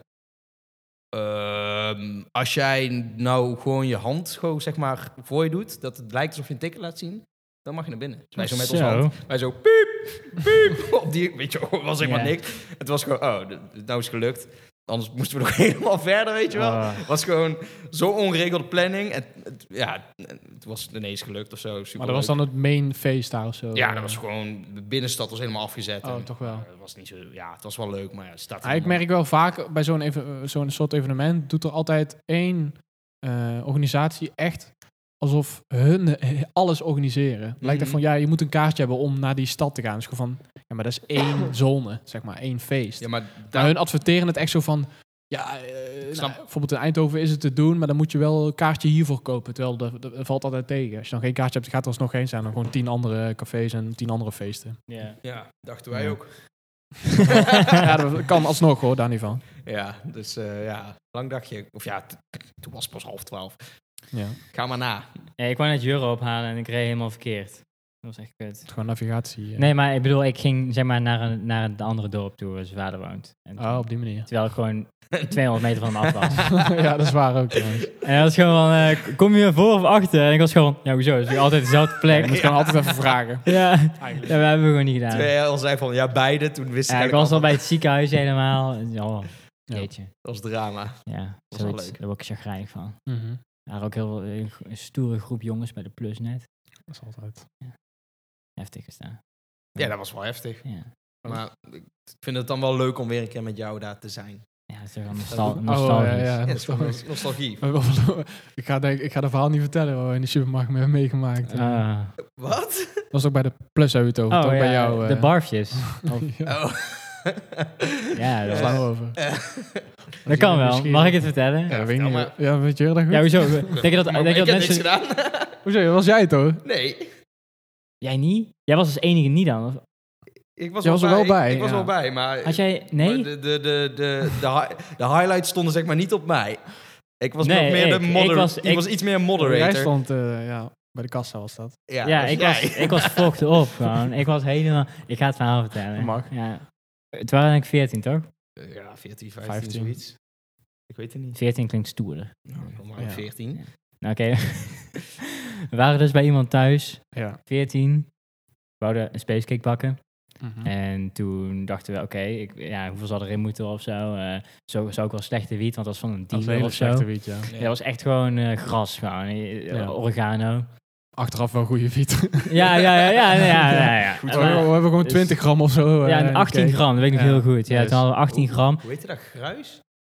ehm, als jij nou gewoon je hand gewoon, zeg maar, voor je doet, dat het lijkt alsof je een ticket laat zien, dan mag je naar binnen. Dus wij zo met onze hand. Wij zo, piep, piep. Op die, weet je, was helemaal Ja. niks. Het was gewoon, oh, d- nou is het gelukt. Anders moesten we nog helemaal verder, weet je wel. Oh. Het was gewoon zo ongeregelde planning. En, het, ja, het was ineens gelukt of zo. Super Maar dat was dan het main feest daar of zo? Ja, eh. dat was gewoon... De binnenstad was helemaal afgezet. Oh, en, toch wel. uh, het was niet zo... Ja, het was wel leuk, maar ja, het staat... Ja, ik merk wel vaak bij zo'n even, zo'n soort evenement doet er altijd één uh, organisatie echt alsof hun eh, alles organiseren. Mm-hmm. Lijkt echt van, ja, je moet een kaartje hebben om naar die stad te gaan. Dus gewoon van, ja, maar dat is één zone, zeg maar, één feest. Ja, maar daar... daar... hun adverteren het echt zo van, ja, uh, nou, bijvoorbeeld in Eindhoven is het te doen, maar dan moet je wel een kaartje hiervoor kopen. Terwijl dat, dat valt altijd tegen. Als je dan geen kaartje hebt, gaat er alsnog heen zijn. Dan gewoon tien andere cafés en tien andere feesten. Yeah. Ja, dachten wij Ja. ook. Ja, dat kan alsnog hoor, daar niet van. Ja, dus uh, ja, lang dagje. Of ja, t- toen was het pas half twaalf. Ja. Ga maar na. Ja, ik wou net euro ophalen en ik reed helemaal verkeerd. Dat was echt kut. Gewoon navigatie. Ja. Nee, maar ik bedoel, ik ging zeg maar naar een, naar een andere dorp toe waar zijn vader woont. En toen, Oh, op die manier. terwijl ik gewoon tweehonderd meter van hem af was. Ja, dat is waar ook. Trouwens. En hij was gewoon van, uh, kom je voor of achter? En ik was gewoon, ja, hoezo? Dus ik altijd dezelfde plek. Je moet gewoon altijd even vragen. Ja, Eigenlijk. ja, dat hebben we gewoon niet gedaan. Terwijl jij al zei van, ja, beide. Toen wist Ja, ik ik was al bij het ziekenhuis helemaal. Oh, Ja. jeetje. Dat was drama. Ja, was wel zoiets, leuk. daar word ik chagrijnig van. Mhm. Er waren ook heel een een stoere groep jongens bij de Plusnet. Dat is altijd. Heftig gestaan. Ja, dat was wel heftig. Ja, Maar ik vind het dan wel leuk om weer een keer met jou daar te zijn. ja dat is toch wel nostal Oh, nostalgisch. ja, ja. Ja, dat is gewoon nostalgisch. nostalgie. ik, ga, denk, ik ga de verhaal niet vertellen wat we in de supermarkt mee hebben meegemaakt. Ah. Wat? Dat was ook bij de Plus uit over. Oh, toch ja, bij jou. de eh. barfjes. Of, Ja, Oh. ja, dat, slaan we was- over. dat kan wel. Misschien- Mag ik het vertellen? Ja, Ja, dat weet ik vertel niet. Ja, weet je heel erg goed? hoezo? Denk je dat, Maar denk je ik dat heb niks mensen... gedaan. Hoezo? Dat was jij het hoor? Nee. Jij niet? Jij was als enige niet dan? Of Ik was, Je was er bij, wel bij, Ik, ik was ja. wel bij, maar... had jij... Nee? maar de, de, de, de, de, hi- de highlights stonden zeg maar niet op mij. Ik was Nee, nog meer ik- de moderator. ik was- Ik, ik- was iets meer Jij moderator. stond uh, ja, bij de kassa was dat. Ja, Ja, dat ik jij. was, ik was fucked op gewoon. Ik was helemaal... Ik ga het verhaal vertellen. Dat mag. Ja. Het waren denk ik veertien, toch? Ja, veertien, vijftien, vijftien. zoiets. Ik weet het niet. veertien klinkt stoerder. Nou, normaal Ja. veertien. Nou, oké. We waren dus bij iemand thuis. Ja. veertien. We wouden een spacecake bakken. Mhm. En toen dachten we, oké, ik ja, hoeveel zal erin moeten of zo. Uh, zo zou ook wel slechte wiet, want dat was van een Dat was een dealer hele of zo. slechte wiet, ja. Ja, dat was echt gewoon uh, gras, gewoon. Uh, Ja. Oregano. Achteraf wel goede wiet. Ja, ja, ja, ja, ja, ja, ja, ja. Goed, Uh, we, hebben, we hebben gewoon twintig gram of zo. ja, uh, een achttien cake. gram, dat weet ik nog Ja. heel goed. Ja, Nice. toen hadden we achttien gram. Hoe heet dat? Gruis?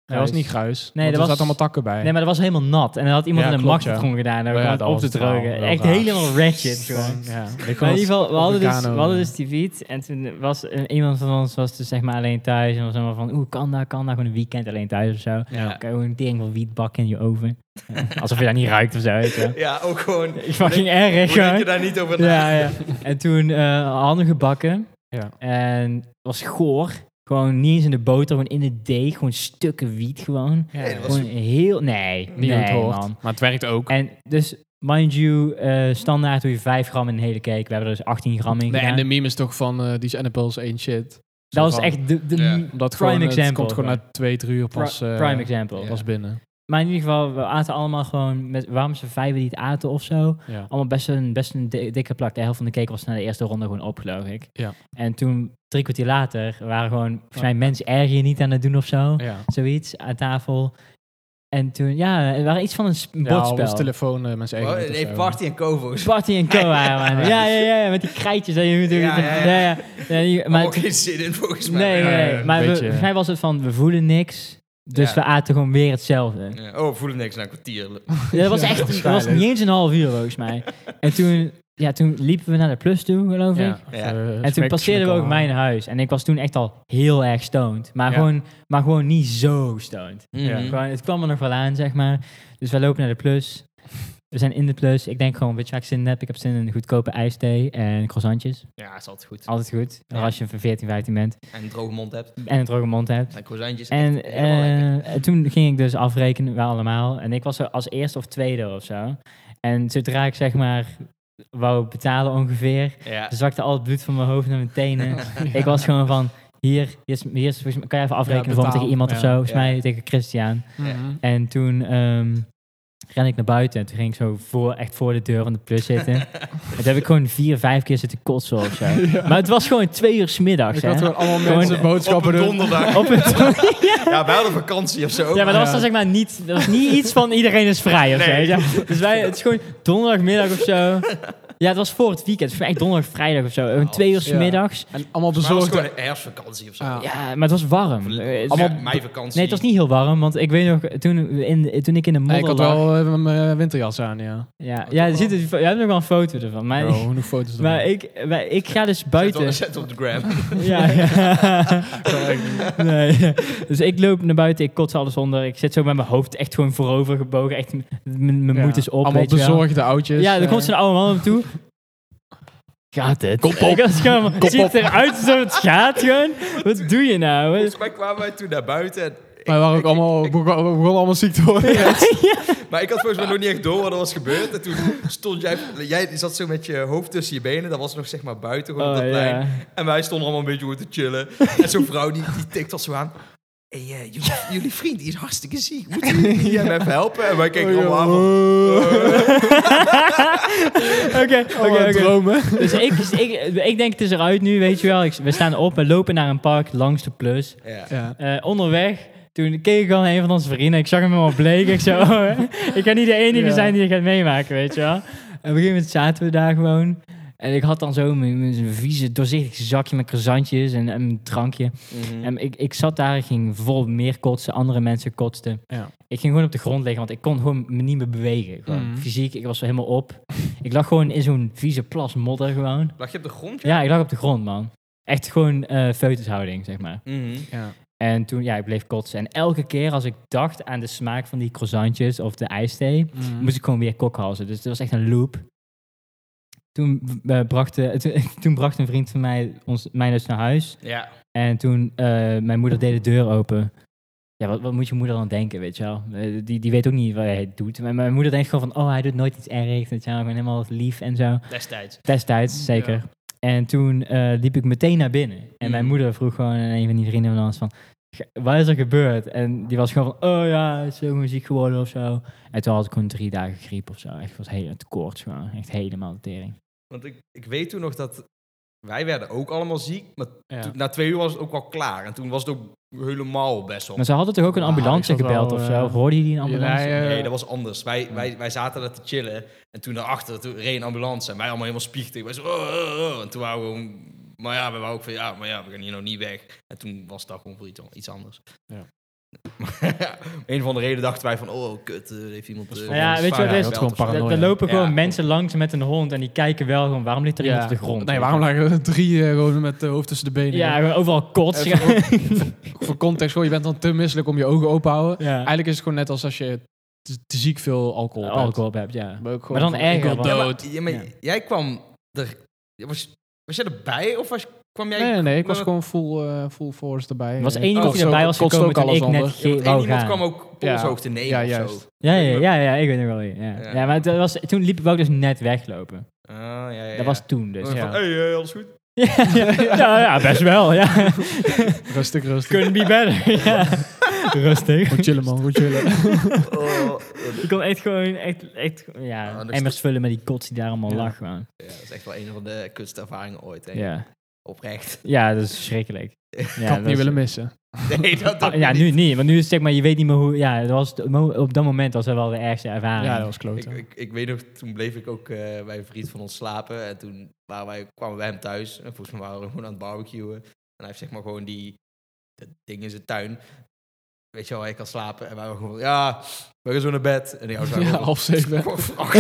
Dat was niet gruis. Nee, Nee, er dat was- zaten allemaal takken bij. Nee, maar dat was helemaal nat. En dan had iemand Ja, een klopt, maxitron gedaan om Ja, het dat op was te het verhaal. drogen. Wel Echt raar. helemaal ratchet gewoon. Gewoon, ja. Ik Maar in was ieder geval, we hadden, dus, Oregano, we hadden ja. dus die fiets. En toen was een- iemand van ons was dus zeg maar alleen thuis. En was helemaal van, oeh, kan dat, kan dat. Gewoon een weekend alleen thuis of zo. Ja. Kan je gewoon een ding van wiet bakken in je oven. Ja, alsof je dat niet ruikt of zo, weet je wel. Ja, ook gewoon... Fucking erg, Hoe denk gewoon. je daar niet over na? Ja, ja. En toen eh hadden we gebakken. Ja. En het was goor. Gewoon niet eens in de boter, gewoon in de deeg. Gewoon stukken wiet gewoon. Ja, Nee, dat was- Gewoon heel... Nee, niet nee, hoe het hoort. man. Maar het werkt ook. En dus, mind you, eh, standaard doe je vijf gram in een hele cake. We hebben er dus achttien gram in Nee, gedaan. en de meme is toch van uh, these edibles ain't shit. Zo Dat was van- echt de, de Ja. Omdat prime gewoon, het example. komt gewoon na twee, drie uur pas, Pri- uh, prime example. Ja. pas binnen. Maar in ieder geval, we aten allemaal gewoon, met, waarom ze vijven die het aten of zo. Ja. Allemaal best een, best een di- dikke plak. De helft van de cake was na de eerste ronde gewoon op, geloof ik. Ja. En toen, drie kwartier later, waren gewoon, volgens mij, mensen erger je niet aan het doen of zo. Ja. Zoiets, aan tafel. En toen, ja, er waren iets van een sp- een Ja, bordspel. ons telefoon, uh, mensen Oh, eigen niet of nee, zo. Party en Kovo's. Party en Co. waren we. Ja, ja, ja, ja, met die krijtjes. Dat je natuurlijk Ja, ja, ja. ja, ja, die- Maar maar ook geen zin in, volgens mij. nee, Ja, nee, ja, maar een we, beetje. volgens mij was het van, we voelen niks. Dus Ja. we aten gewoon weer hetzelfde. Ja. Oh, we voelen niks na een kwartier. Ja, dat was Ja, echt, dat was waarschijnlijk. niet eens een half uur volgens mij. En toen, ja, toen liepen we naar de plus toe, geloof ik. Ja. Ja. Uh, En toen passeerden we ook mijn huis. En ik was toen echt al heel erg stoned. Maar, Ja. gewoon, maar gewoon niet zo stoned. Ja. Mhm. Gewoon, het kwam er nog wel aan, zeg maar. Dus wij lopen naar de plus. We zijn in de plus. Ik denk gewoon, weet je waar ik zin in heb? Ik heb zin in een goedkope ijsthee en croissantjes. Ja, is altijd goed. Altijd goed. Ja. Als je van veertien, vijftien bent. En een droge mond hebt. En een droge mond hebt. En croissantjes. En echt helemaal lekker. eh, toen ging ik dus afrekenen, we allemaal. En ik was er als eerste of tweede of zo. En zodra ik zeg maar wou betalen ongeveer, Ja. zakte al het bloed van mijn hoofd naar mijn tenen. Ik was gewoon van, hier, hier, is, hier is, volgens mij- kan je even afrekenen Ja, voor me betaal. tegen iemand of Ja. zo. Volgens Ja. mij tegen Christian. Mhm. En toen ehm ren ik naar buiten en toen ging ik zo voor, echt voor de deur van de plus zitten. En toen heb ik gewoon vier, vijf keer zitten kotsen of zo. Ja. Maar het was gewoon twee uur 's middags. Ik hè. had gewoon allemaal Gewoon mensen Op boodschappen een doen. donderdag. Op het, Ja, wij hadden vakantie of zo. ja, maar dat was Ja. dan zeg maar niet, dat was niet iets van iedereen is vrij of zo. Nee. weet je. Dus wij, het is gewoon donderdagmiddag of zo. Ja, het was voor het weekend. Het was echt donderdag, vrijdag of zo. Een twee uur 's Ja. middags. En allemaal Maar het was bezorgd. gewoon een herfstvakantie of zo. Ja. Ja, maar het was warm. Of- Eh, het- Allemaal allemaal- mijn vakantie. Nee, het was niet heel warm, want ik weet nog, toen, we in, de- toen ik in de Nee, modder ik had lag... wel uh, mijn winterjas aan, ja. Ja, ja je, ziet het, je hebt nog wel een foto ervan. Maar, Oh, hoe nog foto's dan? maar ik, maar ik ga dus Zet op, buiten... zet op de gram. Ja, ja. Nee, ja. Dus ik loop naar buiten, ik kots alles onder. Ik zit zo met mijn hoofd echt gewoon voorover gebogen. Echt, m- m- mijn Ja. moed is op, Allemaal weet je wel. bezorgde oudjes. Ja, dan eh. komt zo'n oude man op me toe. Gaat het? Kop op. Ik was gewoon, Kop ziet op. het eruit alsof het gaat gewoon? Wat doe je nou? Volgens mij kwamen wij toen naar buiten. En ik- Wij waren ook ik- allemaal, we begonnen we begonnen allemaal ziek te worden. Maar ik had volgens mij nog niet echt door wat er was gebeurd. En toen stond jij... Jij zat zo met je hoofd tussen je benen. Dat was nog zeg maar buiten, gewoon op Oh, dat plein. ja. En wij stonden allemaal een beetje goed te chillen. En zo'n vrouw die, die tikt ons zo aan. Hey, eh, jullie, jullie vriend die is hartstikke ziek. Moeten jullie hem even helpen? En wij keken allemaal aan van... Oké, oké, oké. dromen. Dus ik, ik, ik denk het is eruit nu, weet je wel. Ik, we staan op, we lopen naar een park langs de plus. Ja. Ja. Eh, onderweg, toen keek ik al naar een van onze vrienden. Ik zag hem helemaal bleek. Ik zo, oh, ik kan niet de enige Ja. zijn die het gaat meemaken, weet je wel. En op een gegeven moment zaten we daar gewoon. En ik had dan zo mijn, mijn vieze, doorzichtig zakje met croissantjes en, en een drankje. Mhm. En ik, ik zat daar, ik ging vol meer kotsen. Andere mensen kotsten. Ja. Ik ging gewoon op de grond liggen, want ik kon gewoon me niet meer bewegen. Gewoon Mhm. fysiek, ik was er helemaal op. Ik lag gewoon in zo'n vieze plas modder gewoon. Lag je op de grond? Ja, ik lag op de grond, man. Echt gewoon eh foetushouding, zeg maar. Mhm. Ja. En toen, ja, ik bleef kotsen. En elke keer als ik dacht aan de smaak van die croissantjes of de ijsthee, Mhm. moest ik gewoon weer kokhalzen. Dus het was echt een loop. Toen, eh, bracht, eh, toen, toen bracht een vriend van mij ons, mij dus naar huis. Ja. En toen, eh, mijn moeder deed de deur open. Ja, wat, wat moet je moeder dan denken, weet je wel? Eh, die, die weet ook niet wat hij doet. Maar mijn moeder denkt gewoon van, oh, hij doet nooit iets ergs. Weet je wel? Gewoon helemaal lief en zo. Destijds. Destijds, zeker. Ja. En toen eh, liep ik meteen naar binnen. En mijn Mm. moeder vroeg gewoon aan een van die vrienden van ons van... "Ge- Wat is er gebeurd? En die was gewoon van... Oh ja, hij is zo gewoon ziek geworden of zo. En toen had ik gewoon drie dagen griep of zo. Echt, was heel te koorts gewoon. Echt helemaal de tering. Want ik, ik weet toen nog dat... Wij werden ook allemaal ziek. Maar Ja. toen- na twee uur was het ook wel klaar. En toen was het ook helemaal best wel... Maar ze hadden toch ook een Ah, ambulance ik zat gebeld wel, of zo? eh, Of hoorde je die een ambulance? Ja, ja, Nee, dat was anders. Wij, wij, wij zaten daar te chillen. En toen daarachter toen reed een ambulance. En wij allemaal helemaal spiechtig. Wij zo... Oh, oh, oh. En toen waren we gewoon... Maar ja, we waren ook van... Ja, maar ja, we gaan hier nou niet weg. En toen was dat gewoon voor iets, iets anders. Ja. een van de reden dachten wij van, oh, kut, uh, heeft iemand... Uh, Nou ja, weet je wat Ja, is? dat is gewoon Er paranoia. er lopen gewoon Ja. mensen langs met een hond en die kijken wel gewoon, waarom ligt er iemand op de grond? Nee, waarom lagen er drie uh, gewoon met de hoofd tussen de benen? Ja, gewoon overal kots. Even voor, voor context, gewoon, je bent dan te misselijk om je ogen open te houden. Ja. Eigenlijk is het gewoon net als als je te, te ziek veel alcohol op hebt. Alcohol op hebt, ja. Maar, ook gewoon Maar dan van, ik erger, wil want- Ja, dood. maar, ja, maar Ja. jij kwam er... Was, was jij erbij of was, kwam jij... Nee, nee, nee, ik was met- gewoon full, uh, full force erbij. Er was Eh, één iemand kost die erbij ook- was kost gekomen ook toen alles ik net onder. ge- Ja, want wou één iemand gaan. kwam ook polshoogte nemen Ja, of juist. zo. Ja, ja, ja, ja, ik weet nog wel. Ja, Ja. ja maar het was, toen liep ik ook dus net weglopen. Ah, ja, ja, ja. Dat was toen dus. Van, Ja. hey, uh, alles goed? Ja, ja, ja, ja, best wel, ja. Rustig, rustig. Couldn't be better, ja. Rustig. Goed chillen, man. Goed chillen. Oh, Je kon echt gewoon, echt, echt ja, Ah, dus emmers dat- vullen met die kots die daar allemaal Ja. lag gewoon. ja, dat is echt wel een van de kutste ervaringen ooit. Hè. Ja. Oprecht. Ja, dat is verschrikkelijk. Ja, Ik had dat het niet is- willen missen. Nee, dat Ah, ja, nu niet. Want nu is het zeg maar, je weet niet meer hoe... Ja, dat was, op dat moment was dat wel de ergste ervaring. Ja, dat was Ik, kloten. ik, ik weet nog, toen bleef ik ook uh, bij een vriend van ons slapen. En toen waren wij, kwamen wij hem thuis. En volgens mij waren we gewoon aan het barbecuen. En hij heeft zeg maar gewoon die... Dat ding in zijn tuin. Weet je wel, waar je kan slapen. En wij waren gewoon, ja, we gaan zo naar bed. En die ouders waren Ja, gewoon- half zeven. gewoon vracht.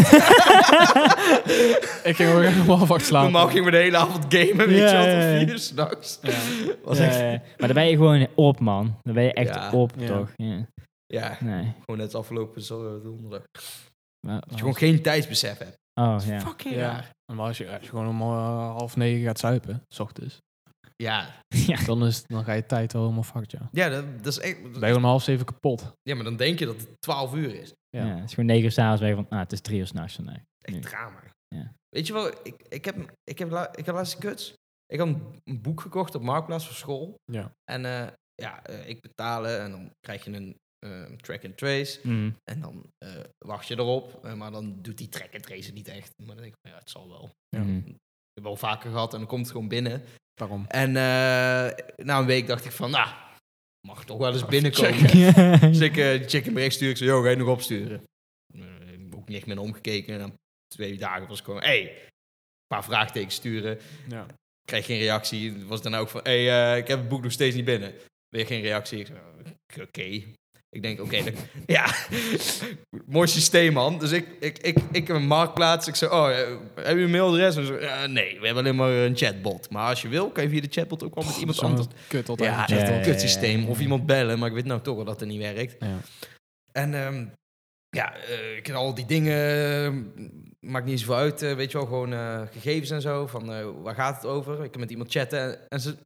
Ik ging ook helemaal half acht slapen. Normaal gingen we de hele avond gamen, weet Ja, je wel, ja, ja. tot vier uur s'nachts. Ja. Was Ja, echt... ja. Maar dan ben je gewoon op, man. Dan ben je echt Ja. op, Ja. toch? Ja. Ja, Nee. gewoon net als afgelopen zo- donderdag. Maar- Dat je gewoon geen tijdsbesef hebt. Oh, Dat is ja. fucking Ja. raar. Maar als je, als je gewoon om uh, half negen gaat zuipen, s ochtends, Ja, Ja. dan, is, dan ga je tijd wel helemaal fucked, ja. ja dat, dat is echt... Dan ben je om half zeven kapot. Ja, maar dan denk je dat het twaalf uur is. Ja. Ja. Het is gewoon negen uur s'avonds ben je van, ah, het is drie uur s'nachts vandaag. Echt Ja. drama. Ja. Weet je wel, ik, ik, heb, ik, heb la, ik heb laatst kuts. Ik had een, een boek gekocht op Marktplaats voor school. Ja. En uh, ja, uh, ik betalen en dan krijg je een uh, track and trace. Mm. En dan uh, wacht je erop. Uh, maar dan doet die track and trace het niet echt. Maar dan denk ik, ja, het zal wel. Ja. Mm. Ik heb wel vaker gehad en dan komt het gewoon binnen. Waarom? En uh, na een week dacht ik van, nou, mag toch wel eens binnenkomen. Checken. Dus ik uh, check een bericht stuur. Ik zei, yo, ga je nog opsturen? Uh, ik heb ook niet echt meer naar omgekeken. En na twee dagen was ik gewoon, hey, een paar vraagtekens sturen. Ja. Kreeg geen reactie. Was dan ook van, hey, uh, ik heb het boek nog steeds niet binnen. Weer geen reactie. Ik zei, oké. Okay. Ik denk, oké, okay, ja, mooi systeem, man. Dus ik, ik, ik, ik heb een marktplaats. Ik zei, oh, uh, heb je een mailadres? En zo, uh, nee, we hebben alleen maar een chatbot. Maar als je wil, kan je via de chatbot ook wel met iemand Zo anders. Kut altijd. Ja, Ja, echt ja, een ja, kutsysteem. ja, ja. Of iemand bellen, maar ik weet nou toch wel dat het niet werkt. ja. En um, ja, uh, ik heb al die dingen, uh, maakt niet zoveel uit, uh, weet je wel, gewoon uh, gegevens en zo, van uh, waar gaat het over? Ik kan met iemand chatten en, en ze...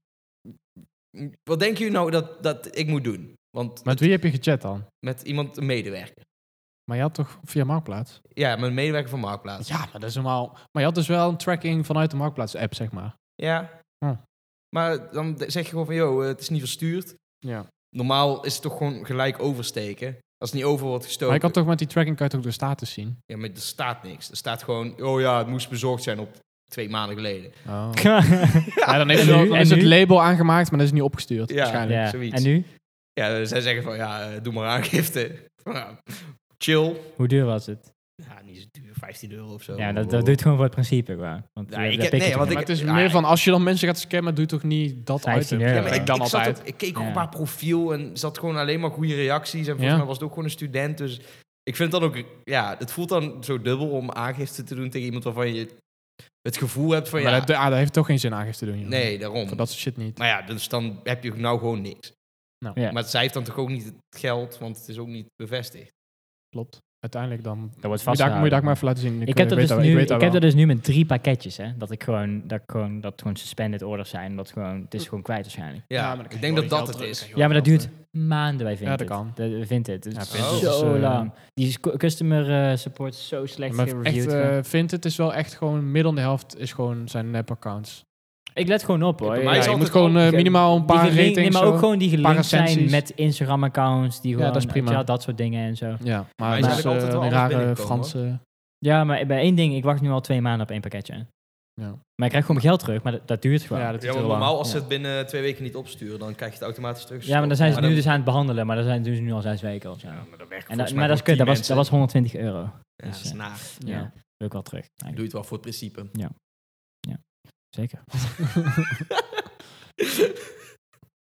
Wat denken jullie nou dat, dat ik moet doen? Want Met wie heb je gechat dan? met iemand, een medewerker. Maar je had toch via Marktplaats? Ja, met een medewerker van Marktplaats. Ja, maar dat is normaal. Maar je had dus wel een tracking vanuit de Marktplaats-app, zeg maar. Ja. Hm. Maar dan zeg je gewoon van, joh, uh, het is niet verstuurd. Ja. Normaal is het toch gewoon gelijk oversteken. Als het niet over wordt gestoken. Maar je kan toch met die tracking kan je toch de status zien? Ja, maar er staat niks. Er staat gewoon, oh ja, het moest bezorgd zijn op twee maanden geleden. Oh. Ja. Ja, dan, heeft En het, wel- nu? dan En is het nu? label aangemaakt, maar dat is niet opgestuurd. Ja. Waarschijnlijk. Ja. zoiets. En nu? Ja, zij zeggen van, ja, uh, doe maar aangifte. Ja, chill. Hoe duur was het? Ja, niet zo duur, vijftien euro of zo. Ja, dat, dat doet gewoon voor het principe gewoon. Want Ja, daar- ik daar heb- pik nee, je want toch Maar ik- het is ja, meer ik- van, als je dan mensen gaat scammen, doe toch niet dat vijftien item. euro. Ja, maar ik ik, dan ik, altijd. zat op, ik keek op Ja. een paar profiel en zat gewoon alleen maar goede reacties. En volgens Ja. mij was het ook gewoon een student. Dus ik vind het dan ook, ja, het voelt dan zo dubbel om aangifte te doen tegen iemand waarvan je het gevoel hebt van, Maar ja, dat, ah, dat heeft toch geen zin aangifte doen. Joh. nee, daarom. Voor dat soort shit niet. Maar ja, dus dan heb je nou gewoon niks. Nou, Ja. Maar zij heeft dan toch ook niet het geld, want het is ook niet bevestigd. klopt. Uiteindelijk dan... Dat wordt Moet je, daar, vastgehouden. moet je daar ook maar even laten zien. Ik, Ik, heb dat weet dus dat, nu, ik weet ik dat heb wel. dat dus nu met drie pakketjes, hè. Dat ik gewoon, dat gewoon, dat gewoon suspended orders zijn. Dat gewoon, het is gewoon kwijt waarschijnlijk. Ja, Ja, maar dan krijg ik je denk dat wel dat je het geld is. terug, krijg je Ja, maar dat wel duurt geld maanden bij Vinted. Ja, dat kan. De, Vinted. Het Ja, is Vinted is, zo eh, lang. Die is cu- customer uh, support is zo slecht terug. Maar echt, gereviewd. uh, vindt het is wel echt gewoon... Meer dan de helft is gewoon zijn nep-accounts. ik let gewoon op, hoor. bij Ja, mij Ja, is je altijd moet gewoon al- uh, minimaal een die paar gelinkt- ratings... nee, maar ook zo. gewoon die gelinkt zijn recensies. met Instagram-accounts. Die Ja, gewoon, dat is prima. ja, dat soort dingen en zo. Ja, Maar maar is dus, eigenlijk altijd uh, wel die alles rare binnenkomen, Franse... Ja, maar bij één ding, ik wacht nu al twee maanden op één pakketje. Ja. Maar ik krijg gewoon mijn geld terug, maar dat, dat duurt gewoon. Ja, Ja, dat Ja, is want heel lang. normaal als ze Ja. het binnen twee weken niet opsturen, dan krijg je het automatisch terug. maar dan zijn ze Maar nu dan- dus aan het behandelen, maar dat zijn, doen ze nu al zes weken of zo. Ja, maar dat werkt En volgens dat, mij maar dat is voor kut, dat tien was, dat was mensen. honderdtwintig euro. Ja, dat is naar. Ja, Ja. wil ik wel terug. eigenlijk. Doe je het wel voor het principe. Zeker.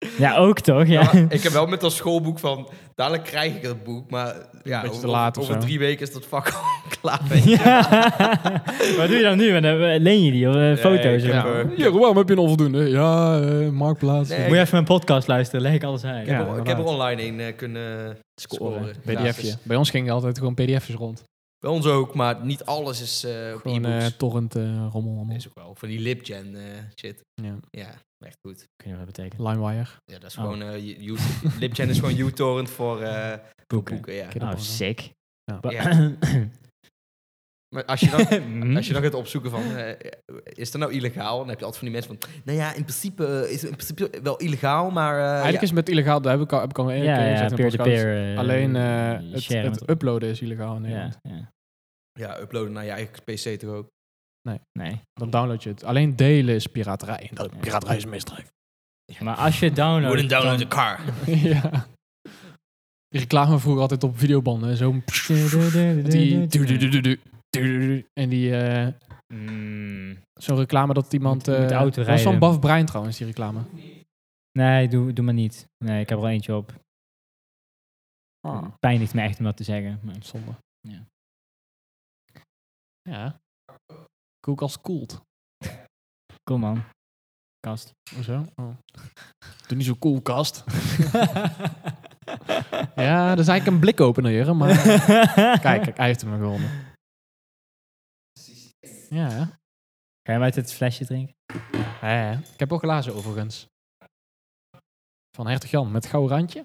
Ja, ook toch? Ja. Ja, maar ik heb wel met dat schoolboek van... Dadelijk krijg ik het boek, maar ja, beetje te over, laat of over zo. drie weken is dat vak al klaar. Weet je. Ja. Wat doe je dan nu? Want dan leen je die of uh, foto's? ik of heb, zo? eh, Ja, waarom heb je een onvoldoende? Ja, uh, Marktplaats. Nee, Moet je even mijn podcast luisteren, leg ik alles uit. Ik heb, Ja, er, ik heb er inderdaad. online een uh, kunnen scoren. P D F'je. Bij ons gingen altijd gewoon P D F's rond. Bij ons ook, maar niet alles is uh, op Gewoon e-books. uh, torrent uh, rommel allemaal. Is ook wel van die libgen uh, shit. Ja. Ja, echt goed. Kun je wat betekenen? LimeWire. Ja, dat is Oh. gewoon... Uh, you, libgen is gewoon uTorrent voor uh, Boeken. boeken. Ja. Ken- Oh, Porno. sick. Ja. Ba- Ja. Maar als je dan... Mhm. Als je dan gaat opzoeken van, uh, is dat nou illegaal? Dan heb je altijd van die mensen van, nou ja, in principe uh, is het in principe wel illegaal, maar... Uh, Eigenlijk ja. is het met illegaal, dat heb ik al, heb ik al een ja, keer ja, gezegd in de podcast. peer-to-peer. uh, Alleen uh, het, sharen het met- uploaden is illegaal in Ja, Nederland. ja. Ja, uploaden naar je eigen P C toch ook? Nee. Dan download je het. Alleen delen is piraterij. En dat, Ja. piraterij is een misdrijf. Maar als je het downloadt... Wouldn't download the dan- car. Ja. Die reclame vroeger altijd op videobanden. Zo die... En die... Uh, Mm, Zo'n reclame dat iemand... Moet- moet Uh, auto was van rijden. Baf Brein trouwens, die reclame. nee, doe, doe maar niet. Nee, ik heb er al eentje op. Ah, Pijnigt me echt om dat te zeggen. Maar, zonde. Ja. Ja. Koek als koelt. kom man. Kast. Hoezo? Oh. Doe niet zo cool, kast. Ja, dat is eigenlijk een blikopener hier, maar... Kijk, kijk, hij heeft hem gewonnen. Ja, hè? Ga je hem uit het flesje drinken? Ja, ja. Ik heb ook glazen overigens. Van Hertog Jan met gouden randje.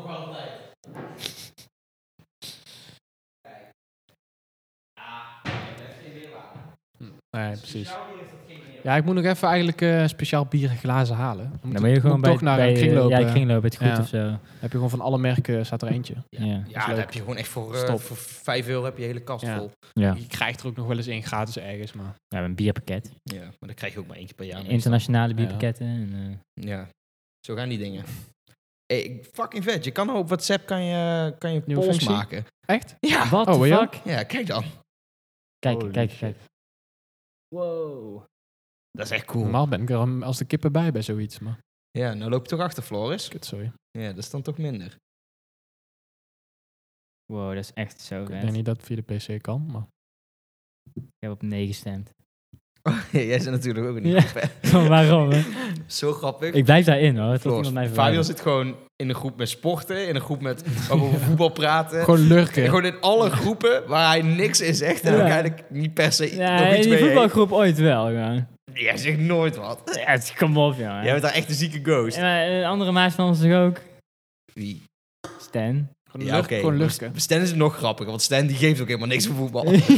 Nee, precies. Ja, ik moet nog even eigenlijk uh, speciaal bier en glazen halen. Dan moet Dan ik- moet je gewoon moet bij, toch naar bij een kringloop. Ja, eh, kringloop, het goed ja. of zo. heb je gewoon van alle merken, staat er eentje. Ja, Ja. ja, is daar leuk. heb je gewoon echt voor, uh, Stop. voor vijf euro heb je je hele kast Ja. vol. Ja. Je krijgt er ook nog wel eens één gratis ergens, maar... Ja, een bierpakket. Ja, maar dat krijg je ook maar één keer per jaar. meestal. Internationale Ja. bierpakketten. En, uh, Ja, zo gaan die dingen. Hey, ik- fucking vet. Je kan nou op WhatsApp kan je, kan je Nieuwe polls functie? maken. Echt? Ja, What Oh, the wil je? fuck? ja, kijk dan. Kijk, Holy kijk, shit. kijk. Wow. Dat is echt cool. Normaal ben ik er al als de kippen bij bij zoiets, maar... Ja, nou loop je toch achter, Floris. Kut, sorry. Ja, dat is dan toch minder. Wow, dat is echt zo Ik denk vet. niet dat het via de P C kan, maar... Ik heb op nee gestemd. Oh, ja, jij zit natuurlijk ook niet Ja. op, hè. Waarom? Hè? Zo grappig. Ik blijf daarin hoor. Tot Floris, iemand mij Fabio verwijt. zit gewoon in een groep met sporten, in een groep met waar we over voetbal praten. Gewoon lurken. Gewoon in alle groepen waar hij niks in zegt en Ja. ook eigenlijk niet per se Ja, nog in iets die mee heeft. voetbalgroep ooit wel. Gewoon. Jij zegt nooit wat. Ja, het- kom op, jongen. Jij bent daar echt een zieke ghost. En, maar, een andere maat van ons toch ook? Wie? Stan. Gewoon Ja, lurken. oké. Gewoon lurken. Stan is nog grappiger, want Stan die geeft ook helemaal niks van voetbal. Ja.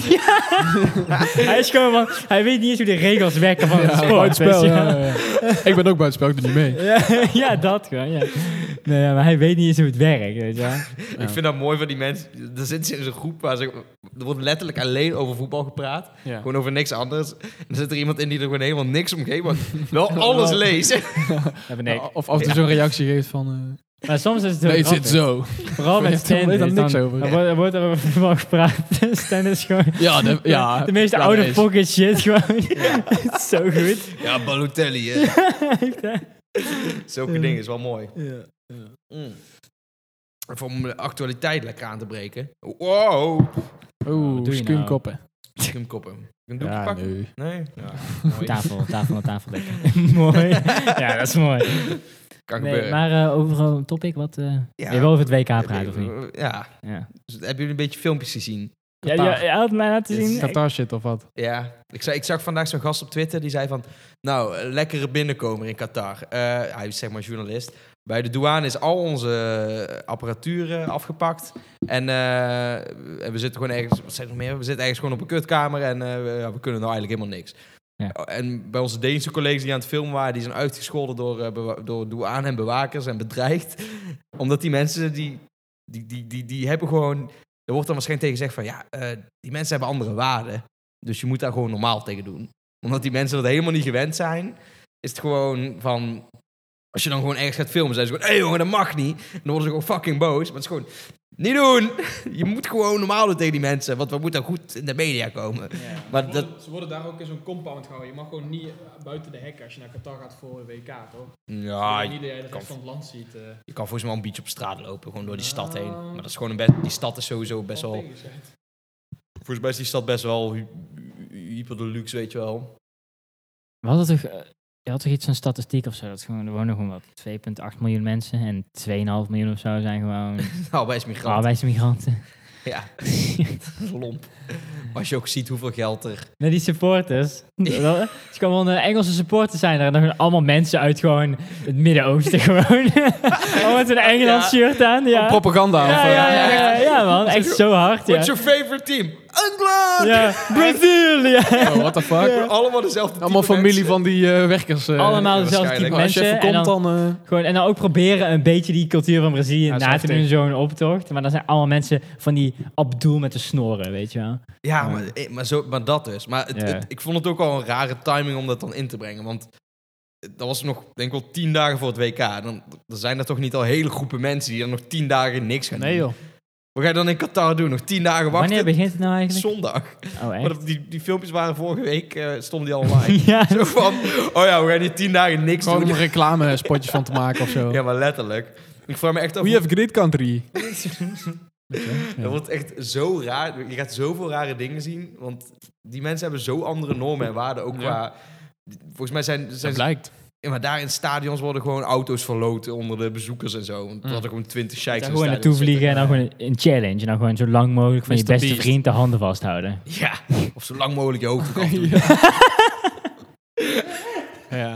Hij is gewoon van, hij weet niet eens hoe de regels werken van het sport. buitenspel, weet je ja, wel. ja. Ik ben ook buitenspel, ik doe niet mee. Ja, ja, dat gewoon, ja. Nee, ja, maar hij weet niet eens hoe het werkt, weet je wel. Ik vind dat mooi van die mensen. Er zitten ze in zo'n groep waar ze... Er wordt letterlijk alleen over voetbal gepraat. Ja. Gewoon over niks anders. En dan zit er iemand in die er gewoon helemaal niks om geeft, maar wel alles leest. Dat ben ik. Of af en toe zo'n reactie geeft van... Maar soms is het Uh, heel nee, het zit grappig. zo. Vooral met Je Stan. weet er is niks dan- over. Er wordt, er wordt over voetbal gepraat. Stan is gewoon Ja, de, ja. de meeste ja, oude dat is- pocket shit gewoon. Het is zo goed. Ja, Balotelli, hè. Echt, hè? Zulke dingen is wel mooi. Ja. Mm. Even om de actualiteit lekker aan te breken. Wow. Oeh, doe je skuumkoppen. Schimkoppen. Een doekje Ja, pakken? nee. Nee? Ja, mooi. Tafel, tafel aan tafel dekken. Mooi. Ja, dat is mooi. Kan Nee, gebeuren. maar uh, over een topic, wat... Uh, Ja. Je wil over het W K praten, of niet? Ja. Ja. Dus hebben jullie een beetje filmpjes gezien? Ja, ja, je had mij laten zien. Qatar shit of wat? Ja. Ik, zei, ik zag vandaag zo'n gast op Twitter die zei van... Nou, eh, lekkere binnenkomer in Qatar. Eh, hij is zeg maar journalist. Bij de douane is al onze apparatuur eh, afgepakt. En eh, en we zitten gewoon ergens... Wat zei ik nog meer? We zitten ergens gewoon op een kutkamer en eh, we, ja, we kunnen nou eigenlijk helemaal niks. Ja. En bij onze Deense collega's die aan het filmen waren... die zijn uitgescholden door, uh, bewa- door douane en bewakers en bedreigd. Omdat die mensen, die, die, die, die, die hebben gewoon... Er wordt dan waarschijnlijk tegen gezegd van... ja, uh, die mensen hebben andere waarden. Dus je moet daar gewoon normaal tegen doen. Omdat die mensen dat helemaal niet gewend zijn... is het gewoon van... Als je dan gewoon ergens gaat filmen, zijn ze gewoon... Hé hey, jongen, dat mag niet. En dan worden ze gewoon fucking boos. Maar het is gewoon... Niet doen! Je moet gewoon normaal doen tegen die mensen. Want we moeten goed in de media komen. Ja. Maar Ze dat... worden- Ze worden daar ook in zo'n compound gehouden. Je mag gewoon niet eh, buiten de hekken als je naar Qatar gaat voor een W K, toch? Ja, niet dat jij de kan- rest van het land ziet. eh. je kan volgens mij een beetje op straat lopen. Gewoon door die stad heen. Ah. Maar dat is gewoon een best... Die stad is sowieso best Valt wel... tegen, schijnt. Volgens mij is die stad best wel hy- hyper deluxe, weet je wel. We hadden toch, eh, je had toch iets van statistiek of zo? Dat is gewoon, er wonen gewoon wat twee komma acht miljoen mensen en twee komma vijf miljoen of zo zijn gewoon Nou, bij is migrant. arbeidsmigranten. Ja, lomp. Maar als je ook ziet hoeveel geld er... Met die supporters. Dat- Het kan wel een Engelse supporters zijn er. En dan gewoon allemaal mensen uit gewoon het Midden-Oosten gewoon. Allemaal met een Engeland shirt aan. Ja. Propaganda. Ja, of, eh, ja, ja, ja, ja, man. Echt zo hard, ja. What's your favorite team? Engeland! Ja, Brazil, ja. Oh, what the fuck? Gewoon allemaal dezelfde Allemaal type familie mensen. van die eh, werkers. eh. Allemaal ja, dezelfde type waarschijnlijk. Als je mensen. even En komt, dan, dan... eh, gewoon, en dan ook proberen een beetje die cultuur van Brazilië Ja, na te doen in heftig. zo'n optocht. Maar dan zijn allemaal mensen van die Abdul met de snoren, weet je wel. Ja, maar, eh, maar, zo, maar dat dus. Maar het, Ja. het- ik vond het ook al een rare timing om dat dan in te brengen. Want dat was nog, denk ik wel, tien dagen voor het W K. Dan, dan zijn er toch niet al hele groepen mensen die dan nog tien dagen niks gaan Nee doen. joh. Wat ga je dan in Qatar doen? Nog tien dagen wachten? Wanneer begint het nou eigenlijk? Zondag. Oh, Maar echt? dat, die, die filmpjes waren vorige week, eh, stonden die al online. Ja, Zo van, oh ja, we gaan hier tien dagen niks Gewoon om doen. er reclamespotjes van te maken of zo. Ja, maar letterlijk. Ik vraag me echt af... We have a great country. Dat wordt echt zo raar. Je gaat zoveel rare dingen zien. Want die mensen hebben zo andere normen en waarden. Ook Ja. qua... Volgens mij zijn... Dat zijn blijkt. ja, maar daar in stadions worden gewoon auto's verloten onder de bezoekers en zo. Want er Mm. hadden gewoon twintig sheiks Dan in gewoon het naartoe stadion vliegen en dan gewoon een challenge. En dan gewoon zo lang mogelijk van je mister beste Beast. vriend de handen vasthouden. zitten. Ja, of zo lang mogelijk je hoofd eraf doen. Ja.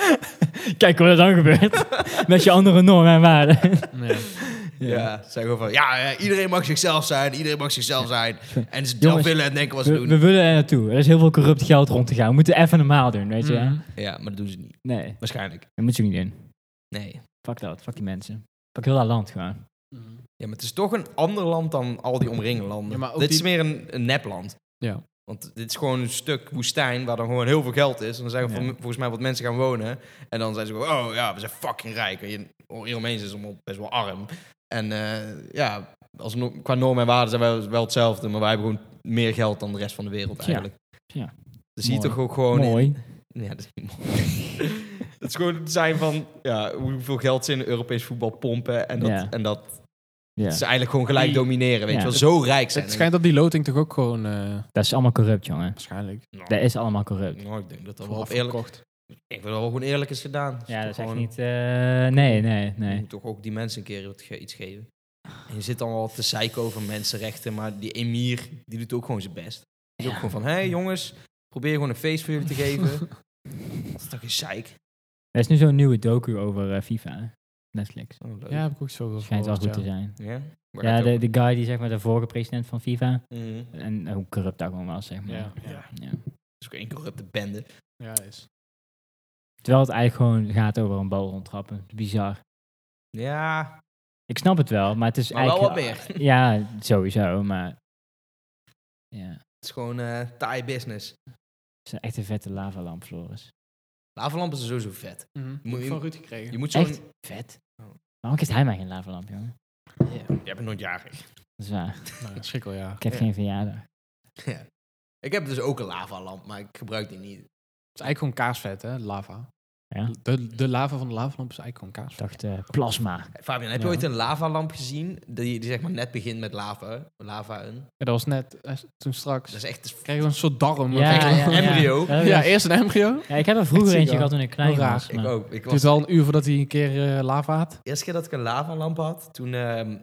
Kijk wat er dan gebeurt. Met je andere normen en waarden. Nee. Ja, ze zeggen gewoon van... Ja, ja, iedereen mag zichzelf zijn. Iedereen mag zichzelf zijn. En ze zelf Jongens, willen en denken wat ze We, doen. we willen er naartoe. Er is heel veel corrupt geld rond te gaan. We moeten even normaal doen, weet je wel. Mhm. Ja, maar dat doen ze niet. Nee, Waarschijnlijk. dat moet je ook niet doen. Nee. Fuck dat, fuck die mensen. Fuck heel dat land gewoon. Ja, maar het is toch een ander land dan al die omringende landen. Ja, maar ook dit is die- meer een, een nepland. Ja. Want dit is gewoon een stuk woestijn waar dan gewoon heel veel geld is. En dan zijn er Ja. vol- volgens mij wat mensen gaan wonen. En dan zijn ze gewoon, oh ja, we zijn fucking rijk. En je, hieromheen is allemaal best wel arm. En eh, ja, als, no- qua normen en waarden zijn wij wel hetzelfde. Maar wij hebben gewoon meer geld dan de rest van de wereld Ja. eigenlijk. Ja. Dus zie je Mooi. toch ook gewoon... in- Mooi. ja, dat is niet mooi. Het is gewoon het zijn van ja, hoeveel geld ze in Europees voetbal pompen. En dat, Ja. en dat Ja. ze eigenlijk gewoon gelijk Die- domineren. Weet Ja. je wel, zo rijk zijn. Het schijnt dat die loting toch ook gewoon... eh, Dat is allemaal corrupt, jongen. waarschijnlijk. Nou, Dat is allemaal corrupt. nou, ik denk dat dat wel Vooraf op eerlijk... verkocht. Ik denk dat dat wel gewoon eerlijk is gedaan. Ja, dat is echt gewoon, niet... eh, nee, nee, Je nee. moet toch ook die mensen een keer wat ge- iets geven. En je zit dan wel te zeiken over mensenrechten, maar die emir, die doet ook gewoon zijn best. Die is ook Ja. gewoon van, hé hey, jongens, probeer gewoon een feest voor jullie te geven. Dat is toch een zeik? Er is nu zo'n nieuwe docu over eh, FIFA. hè. Netflix. Oh, leuk. Ja, heb ik ook zo Schijnt wel goed gehoord, te ja. zijn. Ja? Waar Ja, gaat de, het de guy die zeg maar de vorige president van FIFA. over? Mhm. En hoe corrupt dat gewoon was, zeg maar. Ja. Ja. Ja. Het is ook één corrupte bende. Ja, is. Terwijl het eigenlijk gewoon gaat over een bal rondtrappen. Bizar. Ja, Ik snap het wel, maar het is maar wel wat eigenlijk... meer. Ja, sowieso, maar... Ja, Het is gewoon eh taai business. het is een echte vette lavalamp, Floris. Lavalampen zijn sowieso vet. Mhm. Moet je- Van Ruud gekregen. Je moet zo'n... Echt? Vet. Waarom krijgt hij mij geen lavalamp, jongen? Ja, jij bent nooit jarig. Dat is waar. Nou, schikkel, ja. Ik heb Ja. geen verjaardag. Ja. Ik heb dus ook een lavalamp, maar ik gebruik die niet. Het is eigenlijk gewoon kaasvet, hè? Lava. Ja? De, de lava van de lavalamp is eigenlijk gewoon Ik kaasvet. dacht eh, plasma. Fabian, heb je Ja. ooit een lavalamp gezien? Die, die zeg maar net begint met lava. Lava een. Ja, dat was net, eh, toen straks. Dat is echt... Kregen we een soort darm. Ja, krijg je ja, een ja. embryo. Ja, Ja, eerst een embryo. ja, ik heb er vroeger Echt eentje ziek, gehad toen ik klein Heel raar. was. Ik maar- ook. Ik Het was duurde al een uur voordat hij een keer eh, lava had. de eerste keer dat ik een lavalamp had, toen... ehm,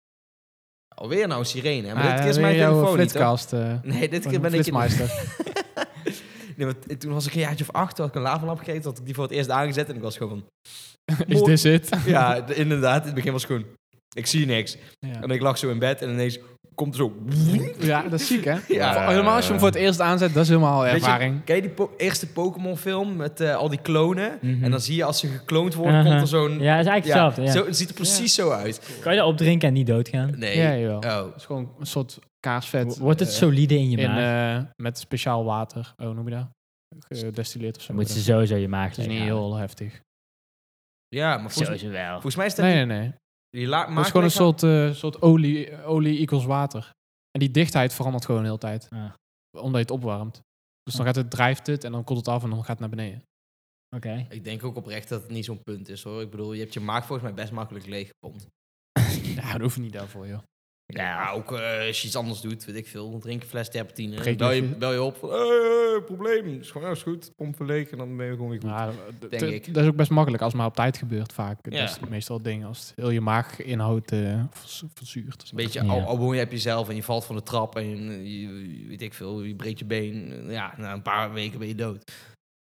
alweer nou een sirene. hè? Maar Ah, dit keer is weer mijn jouw telefoon niet, hoor. flitscast. eh, Nee, dit van keer ben ik... Flitsmeister. nee, maar t- toen was ik een jaartje of acht, toen had ik een lavalamp gekregen. Toen had ik die voor het eerst aangezet en ik was gewoon van... Is dit het? Ja, d- inderdaad. In het begin was het gewoon... Ik zie niks. Ja. En ik lag zo in bed en ineens komt er zo... Ja, dat is ziek, hè? Ja. Helemaal als je hem voor het eerst aanzet, dat is helemaal Weet je, ervaring. ken je die po- eerste Pokémon film met eh, al die klonen? Mhm. En dan zie je als ze gekloond worden, Aha. komt er zo'n... Ja, dat is eigenlijk hetzelfde. Ja. Zo, het ziet er precies zo uit. Kan je dat opdrinken en niet doodgaan? Nee. Ja, jawel. Oh. Het is gewoon een soort kaasvet. Wordt het eh, solide in je in, maag? eh, met speciaal water. Oh, hoe noem je dat? Gedestilleerd of zo. Dan moet ze sowieso je maag Het is niet leeghalen. heel heftig. Ja, maar volgens, Sowieso wel. volgens mij is dat... Nee, die- nee, nee. die la- Dat is gewoon een maagdelichaam- soort, eh, soort olie, olie equals water. En die dichtheid verandert gewoon de hele tijd. Ah. Omdat je het opwarmt. Dus dan gaat het, drijft het en dan koelt het af en dan gaat het naar beneden. Oké. Ik denk ook oprecht dat het niet zo'n punt is, hoor. Ik bedoel, je hebt je maag volgens mij best makkelijk leeggepompt. Ja, dat hoeft niet daarvoor, joh. Ja, ook eh, als je iets anders doet, weet ik veel. Drink een fles terpentine. Vergeet Bel je, niet- bel je op van, eh, probleem. Is gewoon, ja, is goed. Pomp weer leeg en dan ben je gewoon weer goed. Ja, d- Denk d- ik. dat is ook best makkelijk als het maar op tijd gebeurt vaak. Ja. Dat is meestal het ding als het heel je maaginhoud eh vers- verzuurt. Een beetje, Ja. al, al woon je op jezelf en je valt van de trap en je, je- weet ik veel, je breekt je been. Ja, na een paar weken ben je dood.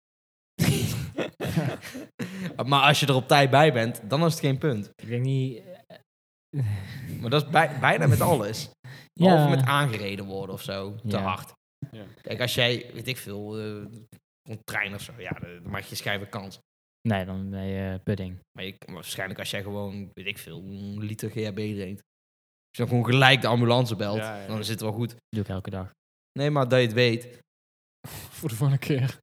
Maar als je er op tijd bij bent, dan is het geen punt. Ik denk niet... eh, Maar dat is bij- bijna met alles. Ja. Behalve met aangereden worden of zo, te Ja. hard. Ja. Kijk, als jij, weet ik veel, eh, een trein of zo, ja, dan maak je schijven kans. Nee, dan ben je pudding. Maar je, waarschijnlijk als jij gewoon, weet ik veel, een liter G H B drinkt. Als je dan gewoon gelijk de ambulance belt, Ja, ja. dan is het wel goed. Dat doe ik elke dag. Nee, maar dat je het weet. Voor de volgende keer.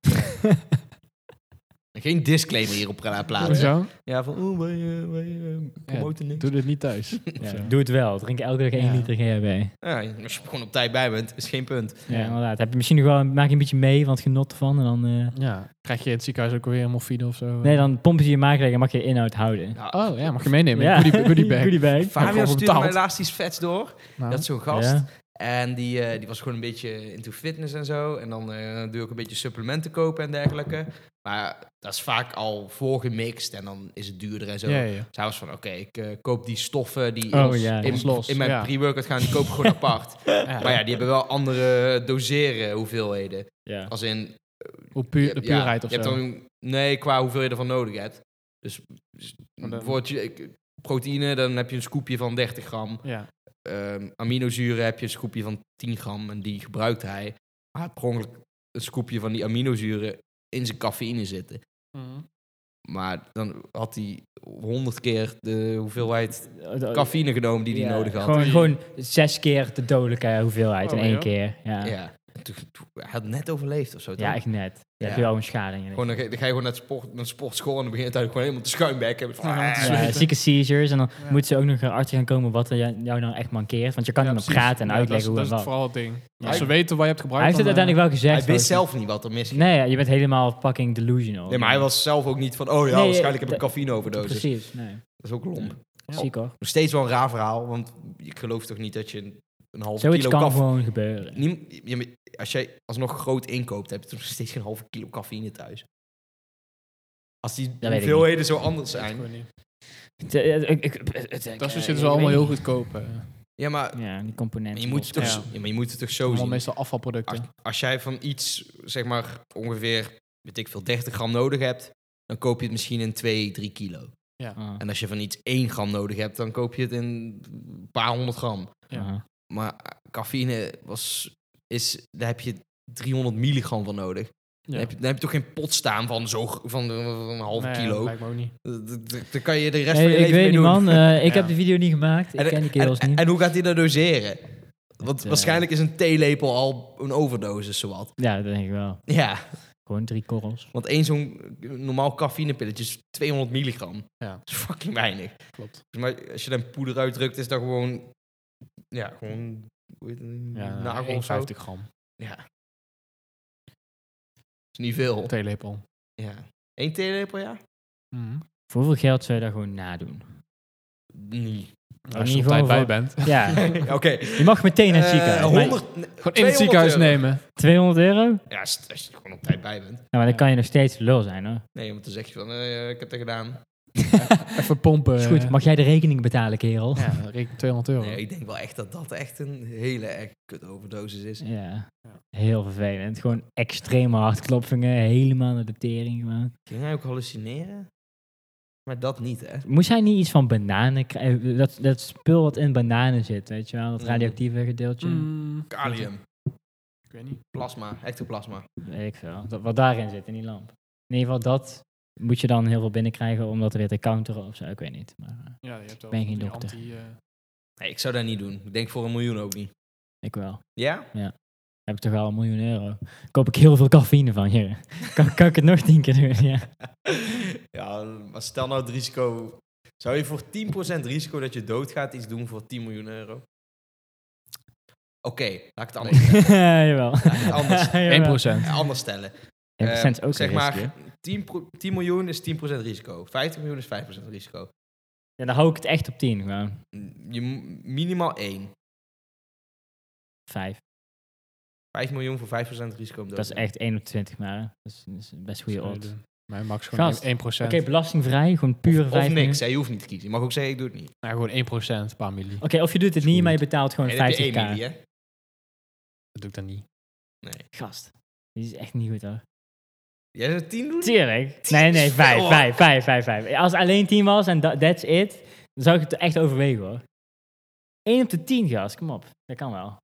Geen disclaimer hierop gaan plaatsen. Hoezo? Ja, van, oeh, wij, uh, wij uh, promoten niks. Doe dit niet thuis. Ja, Zo. doe het wel. Drink elke dag één Ja. liter G H B. Ja, als je er gewoon op tijd bij bent, is geen punt. Ja, inderdaad. Heb je misschien nog wel, maak je een beetje mee van het genot ervan. En dan, eh, Ja. Krijg je in het ziekenhuis ook weer morfine of zo? nee, dan pompen ze je maag leeg en mag je inhoud houden. Nou, Oh ja, mag je meenemen. Ja. Goodie, goodie bag. Goodie bag. Fabio gewoon stuurde betaald. mij laatst iets vets door. Nou, Dat is zo'n gast. Ja. En die, eh, die was gewoon een beetje into fitness en zo. En dan eh doe ik een beetje supplementen kopen en dergelijke. Maar dat is vaak al voorgemixt en dan is het duurder en zo. ja, ja, ja. Dus hij was van, oké, ik eh, koop die stoffen die Oh, in, ons- ja, in, los, los. in mijn Ja. pre-workout gaan, die koop ik gewoon apart. Ja. Maar ja, die hebben wel andere doseren hoeveelheden. Ja. Als in... Hoe puur, de ja, puurheid of je zo. hebt dan, nee, qua hoeveel je ervan nodig hebt. Dus, dus Maar dan- bijvoorbeeld je- ik- proteïne, dan heb je een scoopje van dertig gram. Ja. Ehm, aminozuren heb je een scoopje van tien gram en die gebruikt hij. Maar hij had per ongeluk een scoopje van die aminozuren in zijn cafeïne zitten. Mhm. Maar dan had hij honderd keer de hoeveelheid Eh, cafeïne genomen die hij ja, nodig had. Gewoon, gewoon zes keer de dodelijke hoeveelheid Oh, in één ja. keer. Ja, ja. Ja. En toen- toen- hij had net overleefd of zo. toch? echt net. Ja. Je hebt wel een schading. Gewoon, dan, ga, dan ga je gewoon naar, het sport, naar de sportschool en dan begint het eigenlijk gewoon helemaal te schuimbekken. Van, Ja, ah, het is- Ja, zweten. zieke seizures. En dan Ja. moeten ze ook nog erachter gaan komen wat er jou jou nou echt mankeert. Want je kan Ja, niet meer precies. praten en Ja, uitleggen dat is, hoe dat en is wat. vooral het ding. Ja, Als ze ik- weten wat je hebt gebruikt... Hij heeft het dan, uiteindelijk wel gezegd. hij wist ook. zelf niet wat er misging. Nee, ja, je bent helemaal fucking delusional. Nee, maar hij was zelf ook niet van, oh ja, Nee, waarschijnlijk heb ik dat- cafeïne overdosis. Precies, nee. Dat is ook lomp. Ja. Ziek hoor. Nog steeds wel een raar verhaal, want ik geloof toch niet dat je een, een halve Zoiets kilo kan kaf... gewoon gebeuren. Niem- ja, maar als jij alsnog groot inkoopt, heb je toch nog steeds geen halve kilo cafeïne thuis. Als die weet ik hoeveelheden zo anders dat zijn. gewoon niet. Het, eh, ik- ik- het- het- Dat eh, zitten ik ze allemaal weet heel niet. goedkoop. eh. Ja, maar Ja, die componenten. je moet, het toch, Ja. zo- ja, maar je moet het toch zo Allemaal zien. meestal afvalproducten. Als, als jij van iets, zeg maar, ongeveer, weet ik veel, dertig gram nodig hebt, dan koop je het misschien in twee, drie kilo. Ah, En als je van iets één gram nodig hebt, dan koop je het in een paar honderd gram. Ja. aha. Maar cafeïne was, is, daar heb je driehonderd milligram van nodig. Ja. Dan, heb je, dan heb je toch geen pot staan van, zo, van, eh, een halve Nee, kilo. dat lijkt me ook niet. D- d- d- Dan kan je de rest Hey, van je ik leven weet mee niet, doen. man. Eh, ik Ja. heb de video niet gemaakt. Ik En- ken die kerels en, niet. en hoe gaat hij dat doseren? Want eh, waarschijnlijk is een theelepel al een overdosis, zowat. Ja, dat denk ik wel. Ja, Gewoon drie korrels. want één zo'n normaal cafeïnepilletje is tweehonderd milligram. Ja. Dat is fucking weinig. Klopt. Maar als je dan poeder uitdrukt, is dat gewoon... Ja, gewoon... Hoe heet het? Ja, nagel of zo. eenenvijftig gram. Ja. is niet veel. Theelepel. Ja. Eén theelepel, ja? Mhm. Voor hoeveel geld zou je dat gewoon nadoen? Nee. Als je in er op ieder tijd geval bij voor- bent. Ja, Oké. je mag meteen naar het Eh, ziekenhuis. maar honderd, Gewoon in het tweehonderd ziekenhuis euro. nemen. tweehonderd euro? Ja, als, als je er gewoon op tijd bij bent. Ja, maar dan kan je nog steeds lul zijn hoor. Nee, want dan zeg je van, eh, ik heb dat gedaan. Even pompen. Is goed, eh, mag jij de rekening betalen, kerel? Ja, reken tweehonderd euro. Nee, ik denk wel echt dat dat echt een hele erg kut overdosis is. Ja, heel vervelend. Gewoon extreme hartkloppingen, helemaal naar de tering gewoon. Ging hij ook hallucineren? Maar dat niet, hè? Moest hij niet iets van bananen krijgen? Dat, dat spul wat in bananen zit, weet je wel? Dat Mm. radioactieve gedeeltje. Mm, Kalium, Ik weet niet. plasma, ectoplasma. Weet ik veel. Dat, wat daarin zit, in die lamp. In ieder geval, dat moet je dan heel veel binnenkrijgen om dat weer te counteren of zo. Ik weet niet. Maar eh, Ja, je hebt wel Ben geen die dokter. Anti, eh, Nee, ik zou dat niet doen. Ik denk voor een miljoen ook niet. ik wel. Ja? Ja. heb ik toch al een miljoen euro. Koop ik heel veel cafeïne van je. Kan, kan ik het nog tien keer doen, ja. Ja, maar stel nou het risico... Zou je voor tien procent risico dat je doodgaat iets doen voor tien miljoen euro? Oké, okay, laat ik het anders stellen. Jawel. Laat ik het anders, één procent. anders stellen. één procent is Uh, ook zeg een maar, risico. tien, pro- tien miljoen is tien procent risico. vijftig miljoen is vijf procent risico. Ja, dan hou ik het echt op tien gewoon. Je m- minimaal één. Vijf. vijf miljoen voor vijf procent risico om dood Dat te is gaan. echt één op twintig, maar dat is, dat is best goede Zou je odds. doen. Mijn max gewoon Gast. één Oké, procent. belastingvrij, gewoon puur Of, vijf of niks, miljoen. hè, je hoeft niet te kiezen. Je mag ook zeggen, ik doe het niet. Nou, gewoon één procent, een paar milli. Oké, of je doet het Is niet, goed. maar je betaalt gewoon Nee, dan heb je vijftig één k. milli, hè? Dat doe ik dan niet. Nee. Gast, die is echt niet goed hoor. Jij zou tien doen? Tuurlijk. Tien Nee, is nee, veel, vijf, hoor. vijf, vijf, vijf, vijf. Als het alleen tien was en da- that's it, dan zou ik het echt overwegen hoor. één op de tien, gast, kom op. Dat kan wel.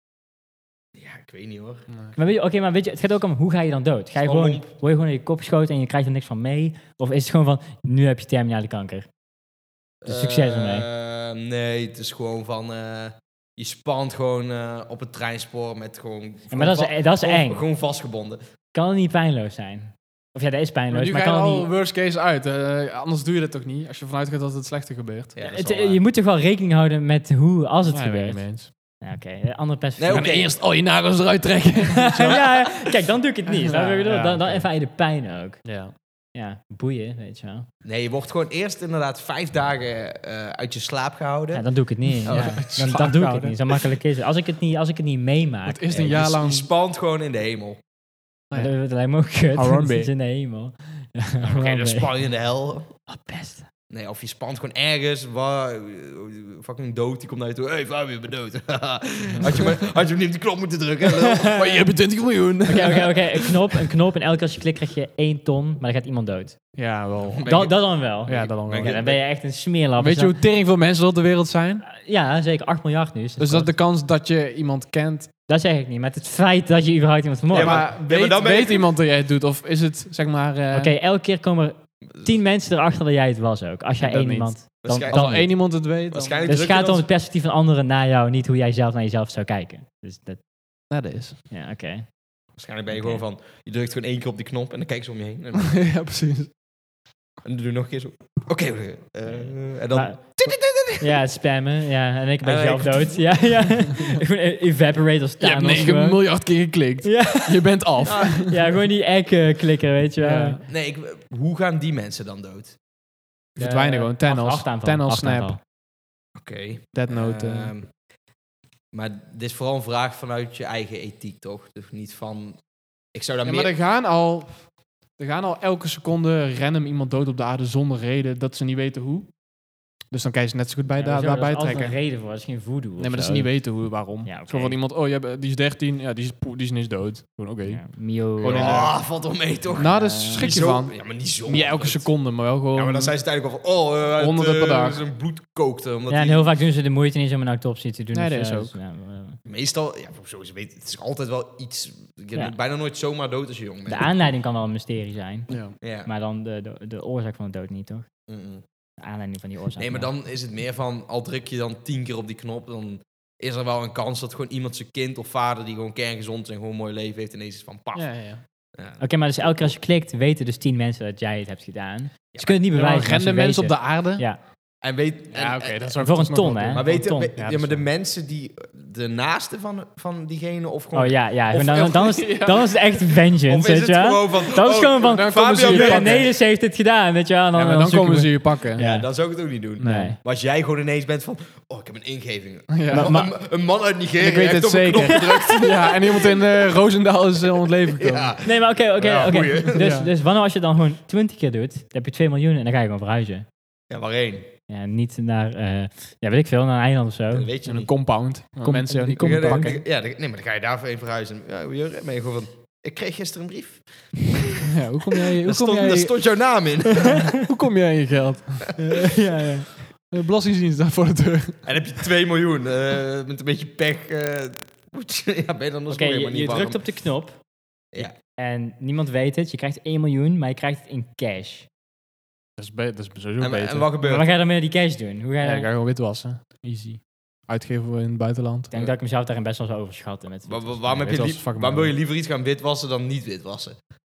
Ja, ik weet niet hoor. Nee. Maar weet je, oké, maar weet je, het gaat ook om hoe ga je dan dood? Ga je Gewoon gewoon, word je gewoon in je kop geschoten en je krijgt er niks van mee? Of is het gewoon van, nu heb je terminale kanker? Dus succes ermee. Eh, nee, het is gewoon van... eh, je spant gewoon eh, op het treinspoor met gewoon... Ja, maar dat is, gewoon dat is gewoon- eng. Gewoon vastgebonden. Kan het niet pijnloos zijn? Of ja, dat is Maar pijnloos, nu maar, ga je kan het al niet... worst case uit. eh, anders doe je dat toch niet? Als je vanuit gaat dat het slechter gebeurt. Ja, dat is Het- wel waar. je moet toch wel rekening houden met hoe, als het Ja, ben ik gebeurt. niet mee eens. Ja, oké, een andere perspectief. Nee, Oké, oké. eerst al je nagels eruit trekken. ja, kijk, dan doe ik het niet. Snap je wat ik bedoel? Ja, dan, dan oké. ervaar je de pijn ook. Ja. Ja, boeien, weet je wel. Nee, je wordt gewoon eerst inderdaad vijf dagen eh, uit je slaap gehouden. Ja, dan doe ik het niet. Oh, ja. uit Dan, slaap dan doe ik het houden. niet. Zo makkelijk is het. Als ik het niet, als ik het niet meemaak. Het is Nee, een jaar je, lang... Je spant gewoon in de hemel. Dat, dat lijkt me ook kut. Harambe. Het is in de hemel. Ja, Oké, Harambe. dan span je in de hel. Oh, best. Nee, of je spant gewoon ergens. Waar, fucking dood, die komt naar je toe. Hé, hey, Fabio, je bent dood. had, je maar, had je hem niet op die knop moeten drukken. Maar je hebt twintig miljoen. Oké, oké, oké. Een knop, een knop. En elke keer als je klikt krijg je één ton. Maar dan gaat iemand dood. Ja, wel. Ben Dat, ik- dat dan wel. Ja, dat dan wel. Oké, dan ben je echt een smeerlap. Weet je hoe tering veel mensen er op de wereld zijn? Ja, zeker. acht miljard nu. Dus dat de kans dat je iemand kent... Dat zeg ik niet. Maar het feit dat je überhaupt iemand vermoordt. Ja, Ja, maar- maar ja, weet, maar dan ben weet ik- iemand dat jij het doet? Of is het, zeg maar... eh, Oké, elke keer komen er tien mensen erachter dat jij het was ook. Als jij Dat één niet. iemand... Dan, Waarschijnlijk- Als dan al één iemand het weet, dan... Waarschijnlijk dus het druk je gaat om dan- het perspectief van anderen naar jou, niet hoe jij zelf naar jezelf zou kijken. Dus dat, Ja, dat is. ja, oké. Waarschijnlijk ben je Oké. gewoon van... Je drukt gewoon één keer op die knop en dan kijk je om je heen. En dan, Ja, precies. en dan doe je nog een keer zo... Oké, oké. eh, en dan... Maar- ja, spammen, ja, en ik ben En zelf ik- dood. Ja, ja. Ik ben evaporate als Je hebt Thanos. negen gewoon. miljard keer geklikt. Ja, Je bent af. ja, gewoon die egg eh, klikken, weet je wel. Ja. Nee, ik, hoe gaan die mensen dan dood? Die verdwijnen gewoon. Thanos. Af- achtaanval, Thanos achtaanval. snap. Oké. Dead Note. eh. Ehm, maar dit is vooral een vraag vanuit je eigen ethiek, toch? Dus niet van... Ik zou daar Ja, meer... maar er gaan al... Er gaan al elke seconde random iemand dood op de aarde zonder reden dat ze niet weten hoe. Dus dan kan je ze net zo goed bij Ja, daar, hoezo? daarbij Dat is altijd trekken. een reden voor, dat is geen voodoo. Nee, maar dat ze niet weten hoe, waarom. Ja, oké. Zo van iemand, oh, je hebt- die is dertien, ja, die is, poe- die is ineens dood. Gewoon, oké. Ja, Mio. Gewoon in de- Oh, valt wel mee, toch? Nou, daar Eh, schrik Niet je zo- van. Ja, maar niet zo. Niet elke seconde, maar wel gewoon... Ja, maar dan zijn ze tijdelijk al van... Oh, uh, Honderden per dag. zijn bloed kookte. Omdat Ja, en hij- heel vaak doen ze de moeite niet om een autopsie te doen. Nee, of dat is zo. ook. Dus, ja, eh, Meestal... Ja, zo, ze weten, het is altijd wel iets... Je Ja. bent bijna nooit zomaar dood als je jong bent. de aanleiding kan wel een mysterie zijn. Ja. Ja. Maar dan de, de, de oorzaak van de dood niet, toch? Mm-mm. De aanleiding van die oorzaak. Nee, maar dan is het meer van... Al druk je dan tien keer op die knop... Dan is er wel een kans dat gewoon iemand zijn kind of vader... Die gewoon kerngezond is en gewoon een mooi leven heeft... Ineens is van paf. Ja, ja, ja. Ja. Oké, maar dus elke keer als je klikt, weten dus tien mensen dat jij het hebt gedaan. Ze kunnen het niet Er zijn bewijzen. maar ze random mensen op weten. de aarde. Ja, En weet... Ja, en- oké, en- dat zou ik voor een alsnog wel ton, doen. hè? Maar Voor weten, een ton. we- Ja, ja, dat is maar de waar. mensen die... De naaste van, van diegene of gewoon... oh ja, ja. Of- dan, dan, is, Ja. dan is het echt vengeance, Of is weet het je wel? gewoon van... Dat is oh, gewoon van, dan komen ze Fabian je Belen. pakken. Cornelis heeft het gedaan, weet je wel? En dan, Ja, maar dan zoeken komen we- ze je pakken. Ja, Ja. dan zou ik het ook niet doen. Nee. Maar als jij gewoon ineens bent van... Oh, ik heb een ingeving. Ja. Maar- Een- maar- een, man uit Nigeria ik weet heeft het op een knop zeker. gedrukt. Ja, en iemand in eh Roosendaal is eh, om het leven gekomen. Ja. Nee, maar oké, oké, Ja, oké. goeie. Dus, Ja. dus wanneer als je dan gewoon twintig keer doet, dan heb je twee miljoen en dan ga je gewoon verhuizen. Ja, waarheen? Ja, niet naar, eh, ja, weet ik veel, naar een eiland of zo. Dat weet je In een niet. compound. Waar Com- mensen die die com- komen Ja, pakken. dan- ja, dan- nee, maar dan ga je daarvoor even verhuizen. Ja, hoe je- ben je gewoon van... Ik kreeg gisteren een brief. Ja, hoe kom jij, hoe Daar kom stond, jij, daar stond jouw naam in. hoe kom jij aan je geld? Eh, ja, ja. De belastingdienst staat voor de deur. En heb je twee miljoen. eh, met een beetje pech. eh, moet je, ja, ben je dan nog Oké, helemaal je, niet je warm. drukt op de knop Ja. en niemand weet het. Je krijgt één miljoen, maar je krijgt het in cash. Dat is, be- dat is sowieso En, beter. en wat Maar gebeurt wat ga je dan met die cash doen? Hoe ga Ja, je ik ga gewoon witwassen. Easy. uitgeven in het buitenland. Ik denk dat ik mezelf daarin best wel zou overschatten. Met Wa- wa- waarom, heb weet je wel, lief- is fucking waarom wil je mooi. liever iets gaan witwassen dan niet witwassen?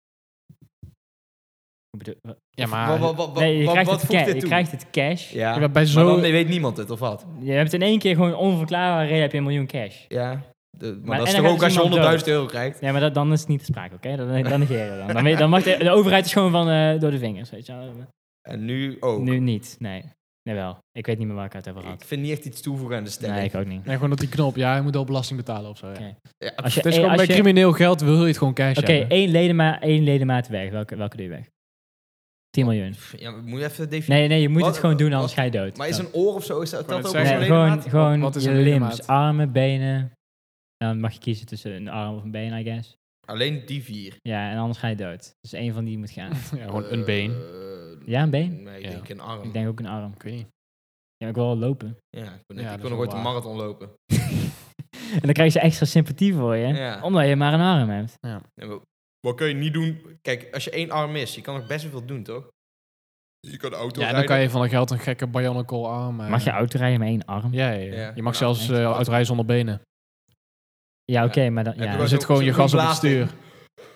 Hoe bedoel- wa- Ja, maar Wa- wa- wa- wa- Nee, je, wa- krijgt wat het, voegt ca- dit je toe? krijgt het cash. Ja, Ja, bij maar zo- dan weet niemand het, of wat? Je hebt in één keer gewoon onverklaarbare reden heb je een miljoen cash. Ja, de- maar, Maar- dat en is dan toch gaat ook als je iemand honderdduizend euro krijgt? Ja, maar dat, dan is het niet te sprake, oké? Dan, dan negeren we dan. Dan, weet- dan mag de, de overheid is gewoon van eh, door de vingers, weet je wel. En nu ook. Nu niet, nee. Nee wel. Ik weet niet meer waar ik het over Ik had. vind niet echt iets toevoegen aan de stelling. Nee, ik ook niet. Nee, gewoon dat die knop, ja, je moet al belasting betalen of zo. Ja. Oké. Ja, Als je, Het is eh, gewoon als bij je- crimineel geld wil je het gewoon cash Oké, hebben. één ledema, één ledemaat weg. Welke, welke doe je weg? tien miljoen. ja, maar moet je even definiëren. Nee, nee, je moet Wat- het gewoon doen, anders wat- ga je dood. Maar is Zo. een oor of zo, is dat, Ik wou dat ook net zo'n Nee, zeggen, gewoon ledemaat? gewoon Wat is je een ledemaat? limbs, armen, benen. En dan mag je kiezen tussen een arm of een been, I guess. Alleen die vier. Ja, en anders ga je dood. Dus één van die moet gaan. Ja, gewoon Eh, een been. Ja, een been? Nee, ik Ja. denk een arm. Ik denk ook een arm. Ik weet niet. Ja, ik wil wel lopen. Ja, ik kon, Ja, ik dat kon is nog ooit wel een waar. marathon lopen. En dan krijg je extra sympathie voor je. Ja. Omdat je maar een arm hebt. Ja, maar wat kun je niet doen? Kijk, als je één arm mist, je kan nog best wel veel doen, toch? Je kan de auto Ja, en rijden. dan kan je van dat geld een gekke bionicle arm. eh, Mag je auto rijden met één arm? Ja, ja, ja. Ja. Je mag Ja, zelfs echt. eh uitrijden zonder benen. Ja, oké, maar dan... Heb je Ja. wel Er zo- zit gewoon je zo'n gas op het blaas in. stuur.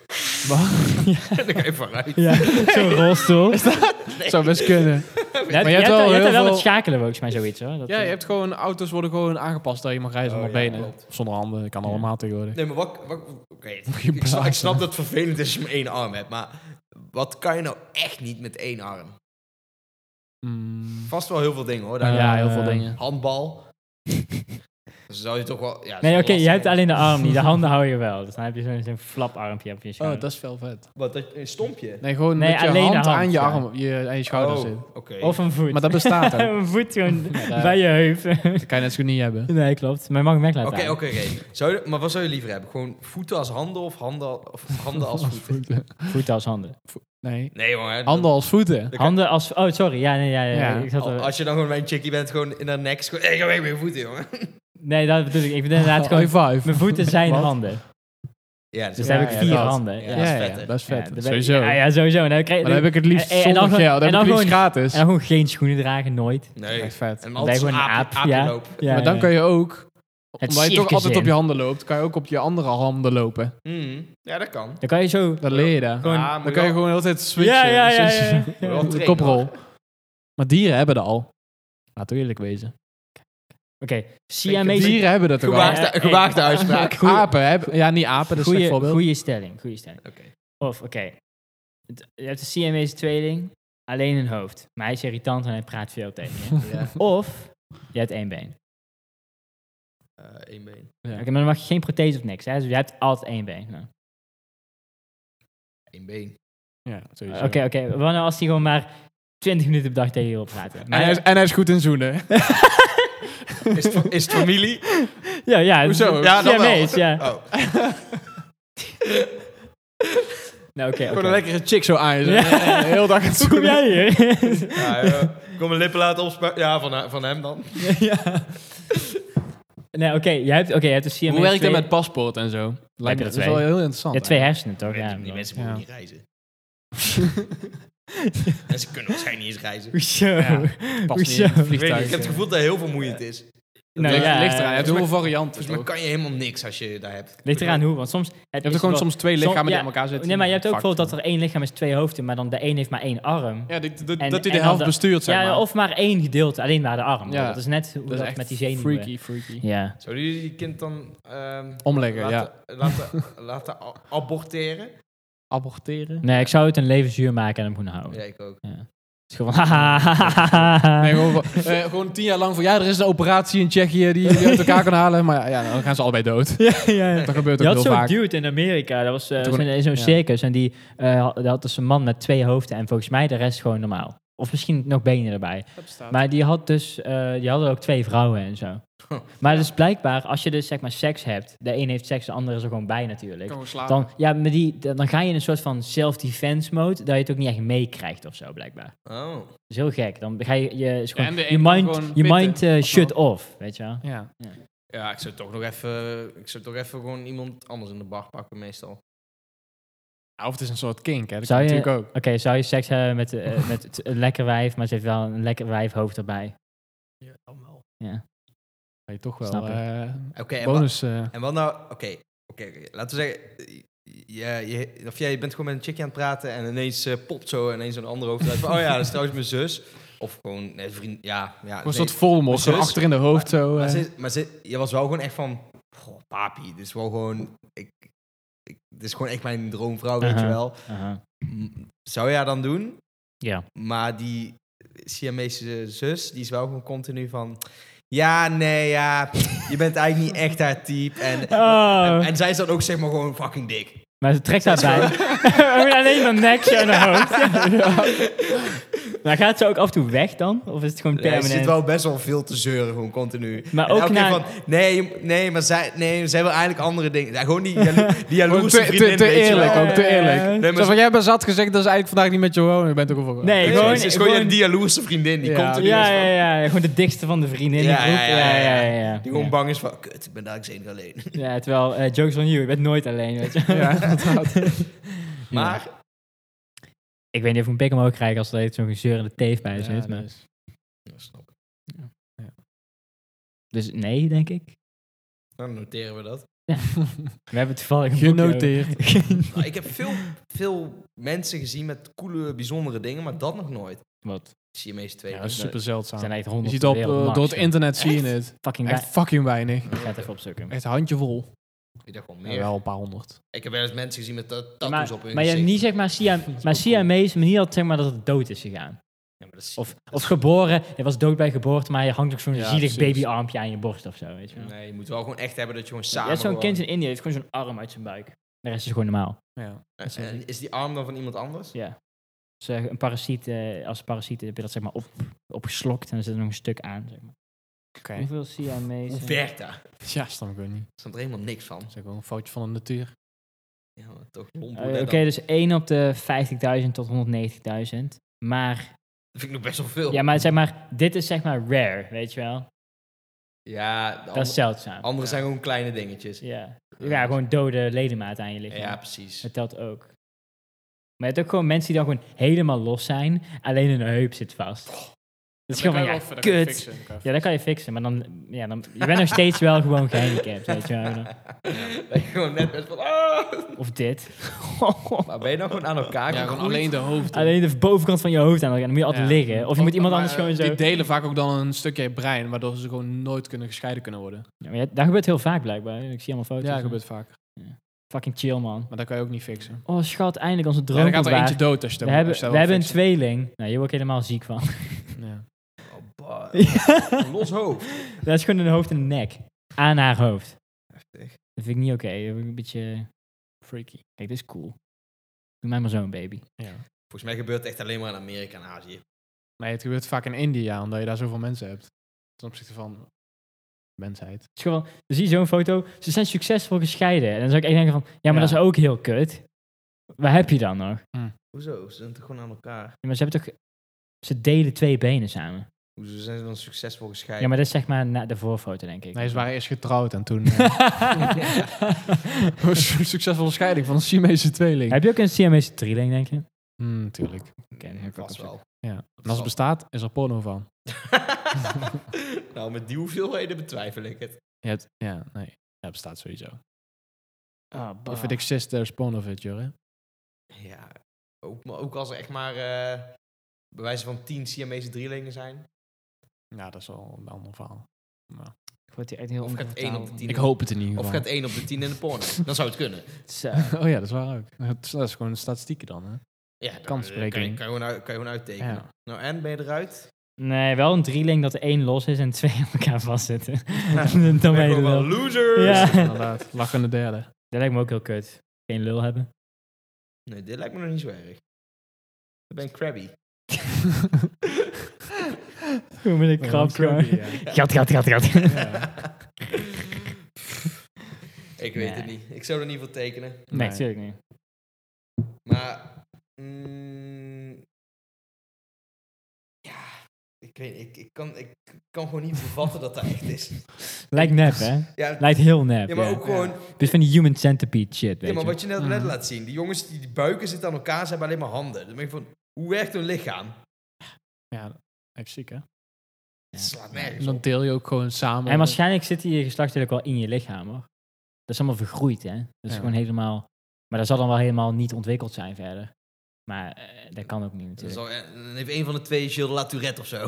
Wat? Dan kan je vooruit. Ja, zo'n rolstoel. Zou best kunnen. Ja, Maar je je hebt wel hebt heel er wel veel- met schakelen volgens mij zoiets hoor. Dat, Ja, je eh, hebt gewoon, auto's worden gewoon aangepast dat je mag rijden Oh, zonder ja, benen. klopt. Of zonder handen, kan Ja. allemaal tegenwoordig. Nee, maar wat... wat Oké, je ik, snap, ik blazen. snap dat het vervelend is als je maar één arm hebt, maar wat kan je nou echt niet met één arm? Mm. Vast wel heel veel dingen, hoor. Eh, Daar- Ja, heel veel dingen. Handbal. Dus zou je toch wel... Ja, Nee, oké, okay, je hebt alleen de arm niet. De handen hou je wel. Dus dan heb je zo'n zo'n flaparmpje op je schouder. Oh, dat is veel vet. Wat, dat- een stompje? Nee, gewoon Nee, dat je alleen de hand, hand, aan je ja. arm, je, aan je schouder Oh, zit. oké. Of een voet. Maar dat bestaat ook. een voet gewoon Ja, daar- bij je heup. Dat kan je net zo goed niet hebben. nee, klopt. Maar je mag hem weg laten Oké, halen. oké, oké. Zou je- Maar wat zou je liever hebben? Gewoon voeten als handen of handen, of handen als voeten? Voeten als handen. Nee. Nee, jongen. Handen als voeten. Dan kan- Handen als... Oh, sorry. Ja, nee, ja, ja. Ja. Ik zat er- Als je dan gewoon mijn chickie bent, gewoon in haar nek, gewoon, hey, ga weg met je voeten, jongen. Nee, dat bedoel ik. Ik bedoel inderdaad gewoon... High five. Mijn voeten zijn Wat? handen. Ja, dat Dus is dan Ja, heb ik ja, vier dat. handen. Ja, Ja, dat is Ja, vet, ja, hè? dat is Ja, vet. dan ben- Sowieso. Ja, ja, sowieso. En dan krijg, Maar dan heb ik het liefst en- en dan zonder gewoon- geld. Dan en heb ik dan het liefst gewoon- gratis. En dan gewoon geen schoenen dragen, nooit. Nee. Echt vet. En Dan altijd ben je zo'n gewoon een aapje, aap, aapje ja. loop. Ja, Maar dan ja. kan je ook, Het omdat je toch circus altijd op in. je handen loopt, kan je ook op je andere handen lopen. Mm, ja, dat kan. Dan kan je zo... Dat leer je daar. Gewoon- Ah, moet Dan je kan je wel- gewoon altijd switchen. Ja, ja, ja. switchen. ja, ja. wel De trainen, koprol. hoor. Maar dieren hebben dat al. Laten we eerlijk wezen. Oké, Siamese... Dieren hebben dat ook al. Gewaagde, Ja, gewaagde eh, uitspraak. Goeie- Apen hebben... Ja, niet apen, dat is een slecht Goeie, voorbeeld. goeie stelling, goeie stelling. Oké. Of, oké. Het- Je hebt een Siamese tweeling, alleen een hoofd. Maar hij is irritant en hij praat veel tegen je. Ja, Of, je hebt één been. eh, één been. Ja. Oké, maar dan mag je geen prothese of niks. Hè? Dus je hebt altijd één been. Nou. Één been. Ja, sowieso. Oké, oké. Wat nou als hij gewoon maar twintig minuten per dag tegen je wil praten? En Maar, hij, is, en hij is goed in zoenen. Is het, is het familie? ja, ja. Hoezo? Ja, dan wel. Siamese, ja. Oh. Nou, oké, Gewoon oké. een lekkere chick zo aan je. Zo. Ja. De hele dag aan het Hoe kom zoenen. jij hier? Ja, eh, kom mijn lippen laten opspuiten. Ja, van, van hem dan. ja. Nee, oké. je hebt, oké, je hebt een Siamese Hoe werkt dat tweeling. met paspoort en zo? Lijkt me er dat is twee. wel heel interessant. Je hebt twee hè? hersenen, toch? Ja, Ja, die wel. mensen mogen Ja. niet reizen. En ze kunnen waarschijnlijk niet eens reizen. Hoezo? Ja. Past niet in het Hoezo? Ik weet niet, vliegtuig. ik heb het gevoel dat het heel vermoeiend is. Nou, ligt, ja, ligt eraan. Je hebt eh, heel veel varianten. Volgens mij toch? kan je helemaal niks als je daar hebt. Ligt eraan hoe, want soms... Je hebt er gewoon soms twee lichamen die aan elkaar zitten. Nee, maar je hebt ook Fuck. bijvoorbeeld dat er één lichaam is twee hoofden, maar dan de een heeft maar één arm. Ja, die- dat En- dat hij en de helft dan de- bestuurt, zeg Ja, maar. of maar één gedeelte, alleen maar de arm. Ja. Dat is net hoe dat dat, is echt met die zenuwen... freaky, freaky. Ja. Zouden jullie die kind dan ehm, Omleggen, laten, laten, laten a- aborteren? Aborteren? Nee, ik zou het een leven zuur maken en hem gewoon houden. Ja, ik ook. Ja. Het is gewoon... haha. Nee, gewoon, eh, gewoon tien jaar lang van ja, er is een operatie in Tsjechië die je uit elkaar kan halen. Maar ja, ja, dan gaan ze allebei dood. ja, ja. Dat gebeurt Je ook had heel zo'n vaak. dude in Amerika, dat was eh, Toen- zo'n in zo'n ja. circus. En die eh, had, dat had dus een man met twee hoofden en volgens mij de rest gewoon normaal. Of misschien nog benen erbij. Maar die had dus, eh, die hadden ook twee vrouwen en zo. Maar dus blijkbaar, als je dus zeg maar seks hebt, de een heeft seks, de andere is er gewoon bij natuurlijk. Dan, ja, maar die, dan ga je in een soort van self-defense mode, dat je het ook niet echt meekrijgt of zo, blijkbaar. Oh. Dat is heel gek. Dan ga je, je, is gewoon, en de je een kan mind, gewoon je pitten, mind eh, of shut zo. off, weet je wel. Ja. Ja, ik zou toch nog even, ik zou toch even gewoon iemand anders in de bar pakken meestal. Ja, of het is een soort kink, hè. Dat Zou kan je- natuurlijk ook. Oké, zou je seks hebben met, eh, met het- een lekker wijf, maar ze heeft wel een lekker wijfhoofd erbij? Ja, dan wel. Ja. je toch wel Snap ik. uh, Oké, en bonus... Uh, En wat nou... Oké, okay, oké, okay, laten we zeggen... Je, je, of jij bent gewoon met een chickie aan het praten en ineens uh, popt zo ineens een andere hoofd uit van, oh ja, dat is trouwens mijn zus. Of gewoon, nee, vriend, ja. ja een nee, soort Voldemort, zo achter in de hoofd. Maar, zo, uh. maar, ze, maar ze, je was wel gewoon echt van, goh, papi, dit is wel gewoon, ik, ik, dit is gewoon echt mijn droomvrouw, weet uh-huh, je wel. Uh-huh. Zou jij dan doen? Ja. Maar die Siamese zus, die is wel gewoon continu van... Ja, nee, ja, je bent eigenlijk niet echt haar type. En, oh. en, en zij is dan ook zeg maar gewoon fucking dik. Maar ze trekt daarbij. Alleen maar nekje en haar hoofd. Ja. Maar gaat ze ook af en toe weg dan? Of is het gewoon permanent? Nee, ze zit wel best wel veel te zeuren, gewoon continu. Maar ook naar... van, nee, nee, maar zij, nee, zij wil eigenlijk andere dingen. Ja, gewoon die, jalo- die jaloerse te, vriendin, te, te weet eerlijk, je wel. ook te eerlijk. Nee, maar Zo van, jij hebt zat gezegd dat ze eigenlijk vandaag niet met je wonen. Je bent ook al voor. Nee, nee, gewoon... Ze is gewoon, gewoon die jaloerse vriendin, die ja, continu ja, is van... Ja, ja, gewoon de dikste van de vriendin. Ja, ja, ja, ja, ja, ja, ja, ja. Die gewoon bang is van, kut, ik ben daar zeker alleen. Ja, terwijl, uh, jokes on you, je bent nooit alleen, weet je. Ja, maar... Ik weet niet of ik een pik omhoog krijg als er zo'n gezeurende teef bij zit. Ja, maar... is... Ja, snap ik. Ja. Ja. Dus nee, denk ik. Dan noteren we dat. Ja. We hebben toevallig genoteerd. Nou, ik heb veel, veel mensen gezien met coole, bijzondere dingen, maar dat nog nooit. Wat? Siamese twee. Ja, dat is super zeldzaam. Zijn echt je ziet op, uh, door het internet zie je het. Fucking echt fucking weinig. Ik ga het even opzoeken. Echt handjevol. Ik dacht gewoon meer. Ja, wel een paar honderd. Ik heb wel eens mensen gezien met tattoos maar, op hun maar je gezicht. niet zeg maar Siam, maar Siamese, maar niet altijd zeg maar dat het dood is gegaan. Ja, maar dat is, of, of geboren, je was dood bij geboorte, maar je hangt ook zo'n ja, zielig babyarmpje aan je borst of zo, weet je wel. Nee, je moet wel gewoon echt hebben dat je gewoon samen... Je hebt zo'n gewoon... kind in India, heeft gewoon zo'n arm uit zijn buik. De rest is gewoon normaal. Ja. En, en is die arm dan van iemand anders? Ja. Dus uh, een parasiet, uh, als parasiet heb je dat zeg maar op, opgeslokt en dan zit er nog een stuk aan, zeg maar. Okay. Hoeveel Siamese? Hoe werkt dat? Ja, snap ik ook niet. Ik snap er helemaal niks van. Dat is ook wel een foutje van de natuur. Ja, maar toch lomp. Uh, Oké, okay, dus één op de vijftigduizend tot honderdnegentigduizend. Maar... Dat vind ik nog best wel veel. Ja, maar zeg maar, dit is zeg maar rare, weet je wel? Ja, dat andere, is zeldzaam. Andere ja. zijn gewoon kleine dingetjes. Ja. Ja, gewoon dode ledematen aan je lichaam. Ja, precies. Dat telt ook. Maar je hebt ook gewoon mensen die dan gewoon helemaal los zijn, alleen hun heup zit vast. Oh. Dat is gewoon van, ja, wel, kut. Fixen, ja, dat kan je fixen, maar dan, ja, dan je bent nog steeds wel gewoon gehandicapt, weet je wel. Ja, ben je gewoon net best van, ah! Of dit. Maar ben je dan gewoon aan elkaar Ja, gewoon alleen de hoofd. Alleen de bovenkant van je hoofd aan elkaar, dan moet je altijd ja. liggen. Of je moet iemand maar, anders gewoon zo... Die delen vaak ook dan een stukje brein, waardoor ze gewoon nooit kunnen gescheiden kunnen worden. Ja, maar ja, dat gebeurt heel vaak blijkbaar. Ik zie allemaal foto's. Ja, dat gebeurt vaker. Ja. Fucking chill, man. Maar dat kan je ook niet fixen. Oh, schat, eindelijk onze droom. Ja, dan gaat er eentje dood als je dat We hebben, we hebben een fixen. tweeling. Nou, hier word ik helemaal ziek van. Ja. Oh, ja. Los hoofd. Dat is gewoon een hoofd en een nek. Aan haar hoofd. Heftig. Dat vind ik niet oké. Okay. Dat vind ik een beetje freaky. Kijk, dit is cool. Doe mij maar zo'n baby. Ja. Volgens mij gebeurt het echt alleen maar in Amerika en Azië. Nee, het gebeurt vaak in India, omdat je daar zoveel mensen hebt. Ten opzichte van mensheid. Het is gewoon, dan zie je zo'n foto. Ze zijn succesvol gescheiden. En dan zou ik echt denken van, ja, maar ja. dat is ook heel kut. Waar heb je dan nog? Hm. Hoezo? Ze zijn toch gewoon aan elkaar? Ja, maar ze hebben toch... Ze delen twee benen samen. Hoezo zijn ze dan succesvol gescheiden? Ja, maar dat is zeg maar na de voorfoto, denk ik. Nee, ze waren eerst getrouwd en toen... uh, succesvolle scheiding van een Siamese tweeling. Heb je ook een Siamese drieling, denk je? Mm, tuurlijk. Okay, ja, vast wel. Ja. En als het bestaat, is er porno van. Nou, met die hoeveelheden betwijfel ik het. Je hebt, ja, nee. Ja, het bestaat sowieso. Oh, If it exists, there's porn of it, Jure. Ja, ook, maar ook als er echt maar uh, bewijzen van tien Siamese drielingen zijn. Ja, dat is wel een ander verhaal. Maar... Ik word hier echt heel of gaat één op de tien. Ik hoop het in ieder geval. Of gaat één op de tien in de porno. Dan zou het kunnen. Zo. Oh ja, dat is waar ook. Dat is gewoon statistieken dan, hè? Ja, kansberekening. Kan je, kan, je uit, kan je gewoon uittekenen. Ja. Nou, en ben je eruit? Nee, wel een drieling dat er één los is en twee aan elkaar vastzitten. Ja, dan ben je wel losers. Ja. Inderdaad. Lachende derde. Dat lijkt me ook heel kut. Geen lul hebben. Nee, dit lijkt me nog niet zo erg. Ik ben crabby. Hoe ben ik krap, crabby? Gat, gat, gat, gat. Ik weet nee. het niet. Ik zou er niet voor tekenen. Nee, nee. Natuurlijk niet. Maar... Mm, ja... Ik weet ik, ik, kan, ik kan gewoon niet bevatten dat dat echt is. Lijkt nep, hè? Ja, Lijkt heel nep. Ja, maar ja. ook gewoon... Ja. Dus van die human centipede shit, weet Ja, maar je. wat je net, net laat zien. Die jongens, die, die buiken zitten aan elkaar, ze hebben alleen maar handen. Dan denk ik van, hoe werkt hun lichaam? Ja, echt ziek, hè? Het slaat nergens En dan op. deel je ook gewoon samen. En waarschijnlijk zit die geslachtsdeel ook wel in je lichaam, hoor. Dat is allemaal vergroeid, hè. Dat is Ja. gewoon helemaal... Maar dat zal dan wel helemaal niet ontwikkeld zijn verder. Maar uh, dat kan ook niet Dan, natuurlijk. zal, dan heeft een van de twee Gilles de La Tourette of zo.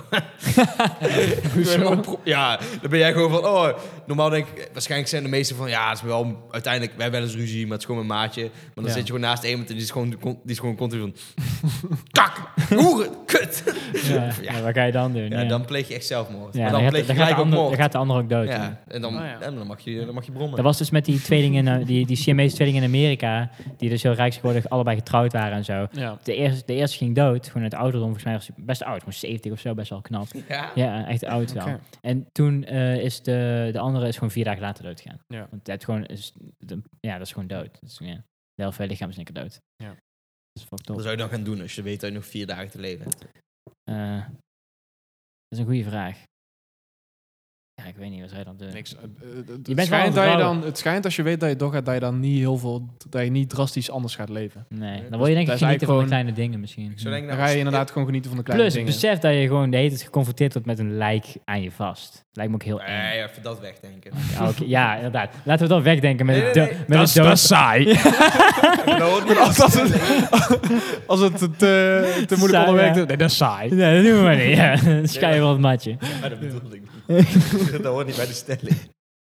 Hoezo? Ja, dan ben jij gewoon van, oh, normaal denk ik, waarschijnlijk zijn de meesten van, ja, het is wel, uiteindelijk, wij hebben wel eens ruzie, maar het is gewoon een maatje. Maar dan Ja. zit je gewoon naast iemand en die is gewoon, die is gewoon continu van, kak, hoeren, kut. Ja, Ja. ja, wat ga je dan doen? Ja, Ja, dan pleeg je echt zelfmoord. Ja, maar dan, dan gaat, pleeg je dan, gaat gelijk de ook ander, moord. dan gaat de ander ook dood. Ja, Ja. en dan, Oh, ja. en dan, mag je, dan mag je brommen. Dat was dus met die tweelingen, in, uh, die, die Siamese tweelingen in Amerika, die dus heel rijksgewoordig allebei getrouwd waren en zo. Ja. De eerste, de eerste ging dood, gewoon uit de ouderdom, volgens mij was hij best oud, gewoon zeventig of zo, best wel knap. Ja. Ja, echt oud wel. Oké. En toen uh, is de, de andere is gewoon vier dagen later dood gegaan. Ja. Want dat, gewoon is, de, ja, dat is gewoon dood. Dus, ja, de helft van je lichaam is in één keer dood. Ja. Dat is fucked Wat up. zou je dan gaan doen als je weet dat je nog vier dagen te leven hebt? Uh, dat is een goede vraag. Ja, ik weet niet, wat zou je dan doen? Niks. Uh, uh, het, Je bent schijnt wel dat je een vrouw. dan, het schijnt als je weet dat je doorgaat, dat je dan niet heel veel, dat je niet drastisch anders gaat leven. Nee, dan Dus wil je denk ik dat is genieten van de eigenlijk kleine dingen misschien. Ik zou denken, Dan nou, ga je als- inderdaad gewoon genieten van de kleine Plus, dingen. besef dat je gewoon de hele tijd geconfronteerd wordt met een lijk aan je vast. Lijkt me ook heel eng. Nee, even dat wegdenken. Ja, oké, ja, inderdaad. Laten we dat wegdenken met Nee, het nee, do- nee. met dat, het is, dat dood. is saai. Dat hoort me als, als niet. het, als het te, te moeilijk Saai, onderwerp ja. is, nee, dat is saai. Nee, dat doen we maar niet. Ja. Dan schij je wel het matje. Ja, dat bedoelde ik niet. Dat hoort niet bij de stelling.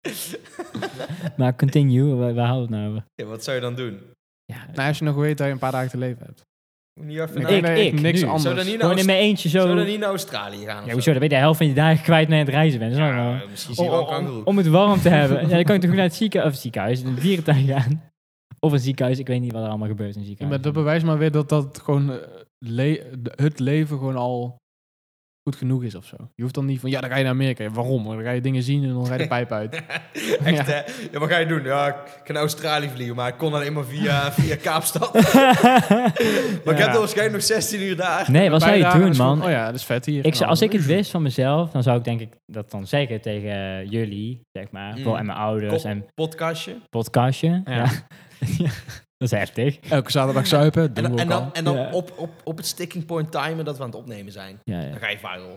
Maar continue, waar, waar houden we het nou over? Ja, wat zou je dan doen? Ja, Nou, als je nog weet dat je een paar dagen te leven hebt. Niet even Ik naar, Ik- denk dat je ik, niks nu. anders. Zou dan niet naar, gewoon in Aust- mijn eentje zo... zou dan niet naar Australië gaan? of Ja, zo? hoezo? Dan ben je de helft van je dagen kwijt naar het reizen bent. Dat is ook wel- Ja, misschien zie je wel een om, om, kangoeroe. om het warm te hebben. Ja, dan kan je toch goed naar het ziekenhuis, of ziekenhuis, een dierentuin gaan. Of een ziekenhuis, ik weet niet wat er allemaal gebeurt in een Ja, ziekenhuis. maar dat bewijst maar weer dat dat gewoon eh, le- de- het leven gewoon al goed genoeg is of zo. Je hoeft dan niet van, ja, dan ga je naar Amerika. Ja, waarom? Dan ga je dingen zien en dan ga je de pijp uit. Echt, hè? Ja, wat ga je doen? Ja, ik ga naar Australië vliegen, maar ik kon alleen maar via, via Kaapstad. Maar ik heb er waarschijnlijk nog zestien uur daar. Nee, wat zou je Bijdragen doen, is gewoon, man? oh ja, dat is vet hier. Ik zou, als ik het Nou, wist van mezelf, dan zou ik denk ik dat dan zeggen tegen jullie, zeg maar. Mm. Wel, en mijn ouders Kop- en Podcastje. podcastje. Ja. Ja. Ja, dat is heftig. Elke zaterdag zuipen, En doen dan, we en ook dan, al. en dan Ja. op, op, op het sticking point timen dat we aan het opnemen zijn. Ja, ja. Dan ga je viral.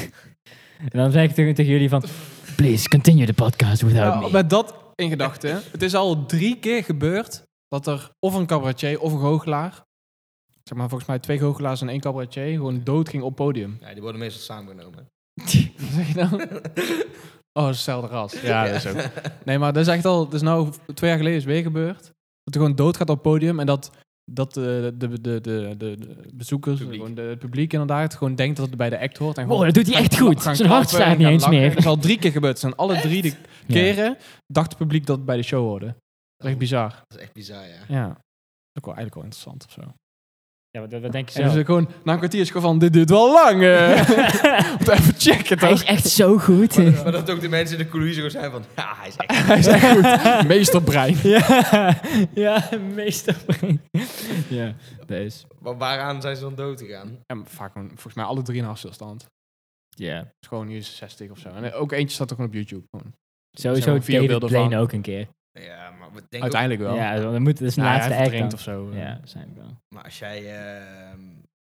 En dan zeg ik tegen, tegen jullie van, please continue the podcast without Nou, me. met dat in gedachten. Het is al drie keer gebeurd dat er of een cabaretier of een goochelaar, zeg maar volgens mij twee goochelaars en één cabaretier, gewoon dood ging op podium. Ja, die worden meestal samengenomen. Wat zeg je nou? Oh, dat is hetzelfde ras. Ja, dat is ook. Nee, maar dat is echt al, dat is nou twee jaar geleden is weer gebeurd. Dat er gewoon dood gaat op het podium en dat, dat uh, de, de, de, de, de bezoekers, Publiek. gewoon de, het publiek inderdaad, gewoon denkt dat het bij de act hoort. En Wow, gewoon dat doet hij echt goed. gaan Zijn hart klappen staat en niet gaan eens lachen. meer. Dat is al drie keer gebeurd. Het zijn alle drie de Ja. keren dacht het publiek dat het bij de show hoorde. Dat is echt bizar. Dat is echt bizar, ja. Ja. Dat is ook wel, eigenlijk wel interessant of zo. Ja, wat, wat denk je En dus zelf? het gewoon, na een kwartier is het gewoon van, dit duurt wel lang. eh. Moet even checken Hij toch? is echt zo goed. Maar, maar dat ook de mensen in de coulissen gewoon zijn van, ja, hij is echt... Hij is echt goed. Meesterbrein. ja, ja, meester. Ja, deze. Maar waaraan zijn ze dan dood gegaan? En vaak gewoon, volgens mij alle drie in hartstilstand. Ja. Het is gewoon nu is zestig of zo. En ook eentje staat er gewoon op YouTube. Gewoon. Sowieso Zo vier David beelden Blaine van. ook een keer. Ja, maar we denken ook, Uiteindelijk wel. Ja, dat, moet, dat is een Nou, laatste hij act verdrinkt dan. of zo. eh. Ja, waarschijnlijk wel. maar als jij ehm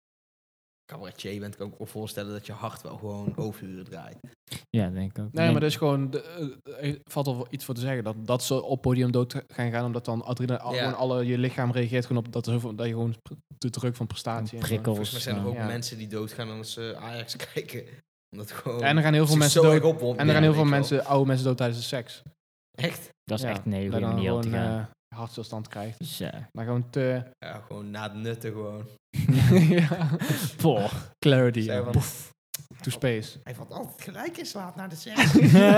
cabaretier bent, kan ik me ook voorstellen dat je hart wel gewoon overuren draait. Ja, denk ik ook. Nee, maar dat is gewoon... De, eh, er valt al iets voor te zeggen. Dat, dat ze op podium dood gaan gaan. Omdat dan adrenaline... Ja. Gewoon alle, je lichaam reageert gewoon op dat, er zoveel, dat je gewoon de druk van prestatie... en zo. Prikkels. Volgens mij zijn er ja. ook Ja. mensen die doodgaan als ze Ajax kijken. Omdat gewoon... Ja, en er gaan heel veel zich mensen zo dood. erg opwond- En er gaan ja, heel veel weet je wel. mensen, oude mensen dood tijdens de seks. Echt? Dat is Ja, echt een hele dat goede dan manier om te gewoon gaan. eh, hartstilstand krijgt. Dus, ja. Maar gewoon te... Ja, gewoon na het nutten gewoon. ja. Poh. Clarity. Zei ja. van, Poef. To space. hij valt altijd gelijk in slaap na de seks.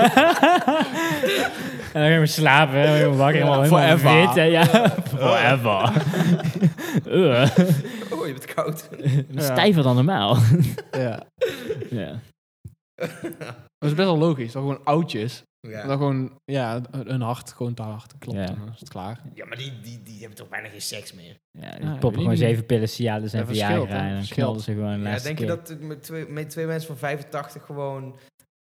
En dan gaan we slapen, hè. Helemaal wakker, Ja, helemaal helemaal forever. wit, hè. Ja, forever. Uh. Oh, je bent koud. Stijver dan normaal. Ja. Ja. Dat is best wel logisch. Dat gewoon oudjes. Ja. Dat gewoon, ja, hun hart gewoon te hard klopt. Ja. En dan is het klaar. Ja, maar die, die, die hebben toch bijna geen seks meer. Ja, die Ja, poppen weet gewoon ik zeven pillen Cialis en Ja, verschilt, Viagra hè. en dan Verschilt. knalden ze gewoon de Ja, laatste denk je keer. dat met twee, met twee mensen van vijfentachtig gewoon...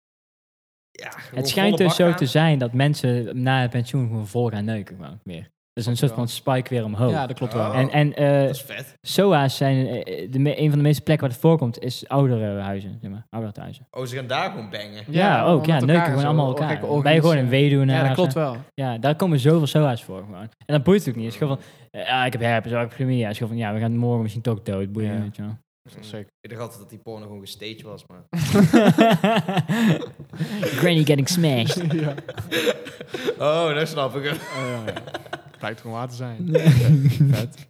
Ja, gewoon Het schijnt volle dus bak zo gaan? te zijn dat mensen na het pensioen gewoon vol gaan neuken gewoon weer. Dus een soort van spike weer omhoog. Ja, dat klopt Oh. wel. En, en eh, Dat is vet. S O A's zijn eh, de me- een van de meeste plekken waar het voorkomt, is oudere huizen, zeg maar, oudere thuizen. Oh, ze gaan daar gewoon bangen. Ja, ook. met Ja, elkaar neuken zo, gewoon allemaal gekke elkaar. orgies, Ben je gewoon een eh. weduwnaar. Ja, dat klopt zo. wel. Ja, daar komen zoveel S O A's voor gewoon. En dat boeit het ook niet. Het is gewoon van, eh, ja, ik heb herpes, oh, ik heb chlamydia. Het is gewoon van, ja, we gaan morgen misschien toch dood. Boeien, Ja. weet je wel. Dat is zeker. Ik dacht altijd dat die porno gewoon gestaged was, maar... Granny getting smashed. ja. Oh, dat snap ik hem. Oh, ja, ja. Blijkt gewoon waar te zijn. Vet.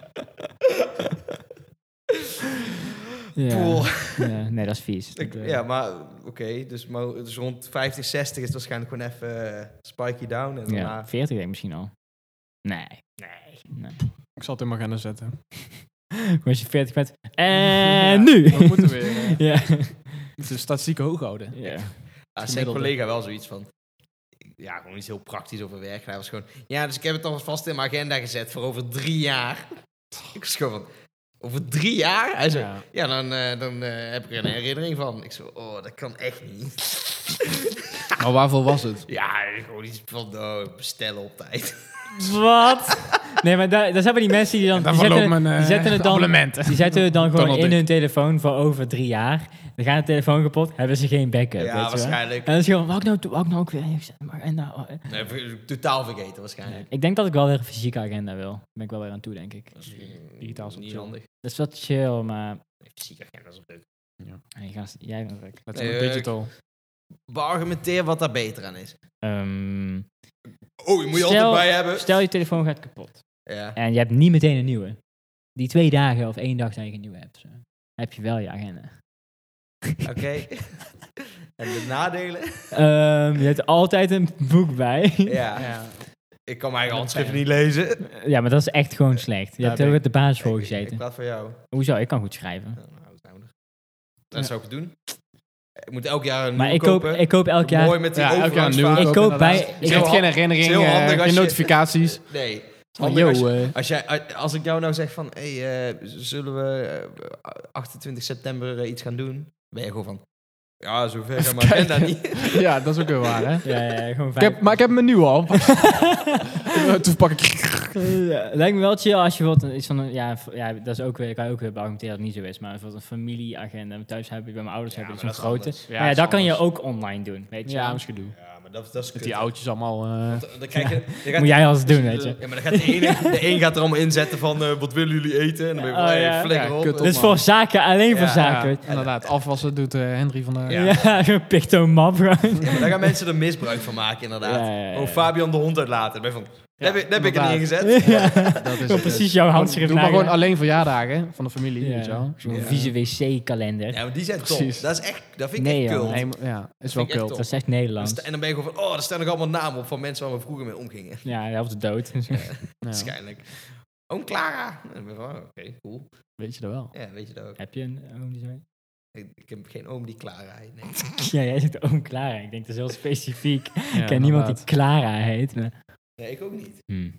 Ja. Poel. Ja, nee, dat is vies. Ik- Dat, eh, ja, maar oké, dus, maar, dus rond vijftig, zestig is het waarschijnlijk gewoon even uh, spiky down. En ja, daarna... veertig denk ik misschien al. Nee. Nee. nee. Ik zal het in mijn agenda zetten. Gewoon als je veertig bent. En Ja, nu! We moeten weer uh, Ja. de statistieken hoog houden. Ja. Ja, zijn Gemiddelde. collega wel zoiets van... Ja, gewoon iets heel praktisch over werk. Hij was gewoon... Ja, dus ik heb het al vast in mijn agenda gezet voor over drie jaar. Ik was gewoon van... Over drie jaar? Hij zei... Ja, Ja. dan, uh, dan uh, heb ik er een herinnering van. Ik zo... Oh, dat kan echt niet. Maar waarvoor was het? Ja, gewoon iets van... Oh, bestellen op tijd. Wat? Nee, maar daar, daar zijn we die mensen die dan... Dan Die verloopt zetten, mijn die zetten het dan, abonnementen. die zetten het dan gewoon Donald in Duck. hun telefoon voor over drie jaar. Dan gaat de telefoon kapot, hebben ze geen backup. Ja, weet je wel. waarschijnlijk. En dan is het gewoon, wat ik nou, wat ik nou ook weer... Ik zeg, maar, en nou, eh. Nee, ver- totaal vergeten waarschijnlijk. Ik denk dat ik wel weer een fysieke agenda wil. Daar ben ik wel weer aan toe, denk ik. Dat is, eh, Digitaal is ook niet chill. handig. Dat is wat chill, maar... Nee, fysieke agenda is leuk. Hey, gast, jij bent druk. Let's Nee, go eh, digital. Beargumenteer wat daar beter aan is. Ehm, Oh, je moet je Stel- altijd bij hebben. stel je telefoon gaat kapot. Ja. En je hebt niet meteen een nieuwe. Die twee dagen of één dag dat je een nieuwe hebt. Zo. Heb je wel je agenda. Oké. En de nadelen? Ehm, je hebt altijd een boek bij. Ja. Ja. Ik kan mijn eigen Met handschrift pen. niet lezen. Ja, maar dat is echt gewoon slecht. Je Ja, hebt ben ook ik- op de basisschool Ik, ik gezeten. praat voor jou. Hoezo? Ik kan goed schrijven. Nou, nou, wat nodig. Dat Ja. zou ik doen. Ik moet elk jaar een Maar nieuwe ik koop, kopen. ik koop elk jaar... Mooi met die Ja, elk jaar een nieuwe overgangsfase. Ik kopen, koop bij- inderdaad. ik Je hebt heb- geen herinnering, het is heel handig eh, als geen je- notificaties. Nee. Van, Handig als, yo, je, eh, als, jij, als ik jou nou zeg van... Hey, uh, zullen we uh, achtentwintig september uh, iets gaan doen? Ben je gewoon van... Ja, zover gaan mijn agenda niet. ja, dat is ook weer waar, hè? Ja, ja, gewoon Ik vijf. heb, maar ik heb mijn nieuw al. Toen pak ik... Ja, lijkt me wel chill als je wat iets van een, ja, v- ja, dat is ook weer, kan je ook weer beargumenteren dat het niet zo is, maar bijvoorbeeld een familieagenda. Thuis heb ik bij mijn ouders Ja, hebben maar zo'n dat is grote. anders. Ja, Ja, ja, dat dat is kan je anders. ook online doen, weet je. Ja, wel. misschien doen. Ja, maar dat, dat is Met kut. die oudjes allemaal... eh, Want, uh, dan krijg je, je gaat- Moet jij alles doen, weet je. Ja, maar dan gaat de ene, de een gaat er allemaal inzetten van... uh, wat willen jullie eten? En dan ben je van... Oh, hey, ja. flikker Ja, op. kut op. Dit is voor zaken, alleen voor Ja, zaken. ja, inderdaad. Afwassen doet eh, Henry van der... Ja. Ja, zo'n picto-map gewoon. Ja, maar daar gaan mensen er misbruik van maken, inderdaad. Ja, ja, ja. Oh, Fabian de hond uitlaten. Ben je van... Dat heb, ik- dat heb ik er niet inderdaad. ingezet. Ja. Dat is Gewoon het. precies jouw handschrift Doe maar nagaan. gewoon alleen verjaardagen van de familie, Ja. weet je wel. Zo'n Ja. vieze wc-kalender. Ja, maar die zijn top. Precies. Dat is echt... Dat vind ik Nee, echt joh. kult. Nee, maar- ja, is wel vind ik echt kult. top. Dat is echt Dan Nederlands. sta- En dan ben je gewoon van... Oh, er staan nog allemaal namen op van mensen waar we vroeger mee omgingen. Ja, hij was dood. Ja, Waarschijnlijk. Oom Clara. En dan ben je van... oh, Oké, cool. weet je dat wel. Ja, weet je dat ook. Heb je een oom die zo heet? Ik, ik heb geen oom die Clara heet. Nee. Ja, jij zegt oom Clara. Ik denk dat is heel specifiek. Ja, Ik ken niemand die inderdaad. Clara heet. Maar... nee, ik ook niet. Hmm.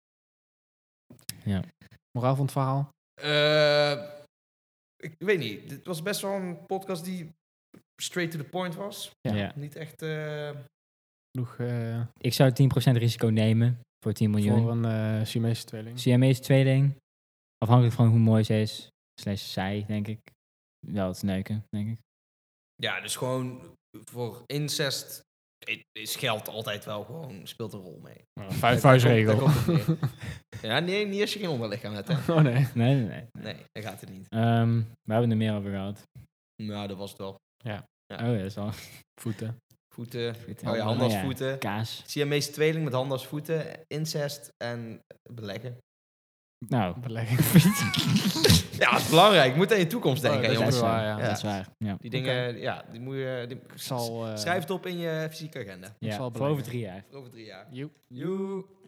Moraal van het verhaal? Eh, ik weet niet. Dit was best wel een podcast die straight to the point was. Ja. Ja. Niet echt... eh, Genoeg eh, Ik zou tien procent risico nemen voor tien miljoen. voor een eh Siamese tweeling. Siamese tweeling. Afhankelijk van hoe mooi ze is. Slash zij, denk ik. Wel te neuken, denk ik. ja, dus gewoon voor incest i- is geld altijd wel gewoon... Speelt een rol mee. Vijf Daar vuistregel. komt- daar komt het neer. Ja, nee, niet als je geen onderlichaam hebt, hè. Oh nee. Nee, nee, nee. Nee, dat gaat het niet. Ehm, we hebben er meer over gehad. Nou, dat was het wel. Oh, ja, dat is al Voeten. Voeten, Voeten. hou je Oh, handen als ja. voeten. kaas. Siamese tweeling met handen als voeten. Incest en beleggen. Nou, Belegging. Ja, dat is belangrijk. Je moet aan je toekomst Oh, denken, dat hè, is jongens. waar, ja. Ja. dat is waar. Ja, Die dingen, ja, die moet je... Die, Ik zal... eh, schrijf het op in je fysieke agenda. ja zal voor beleggen. over drie jaar. Voor over drie jaar. Joep. Joe.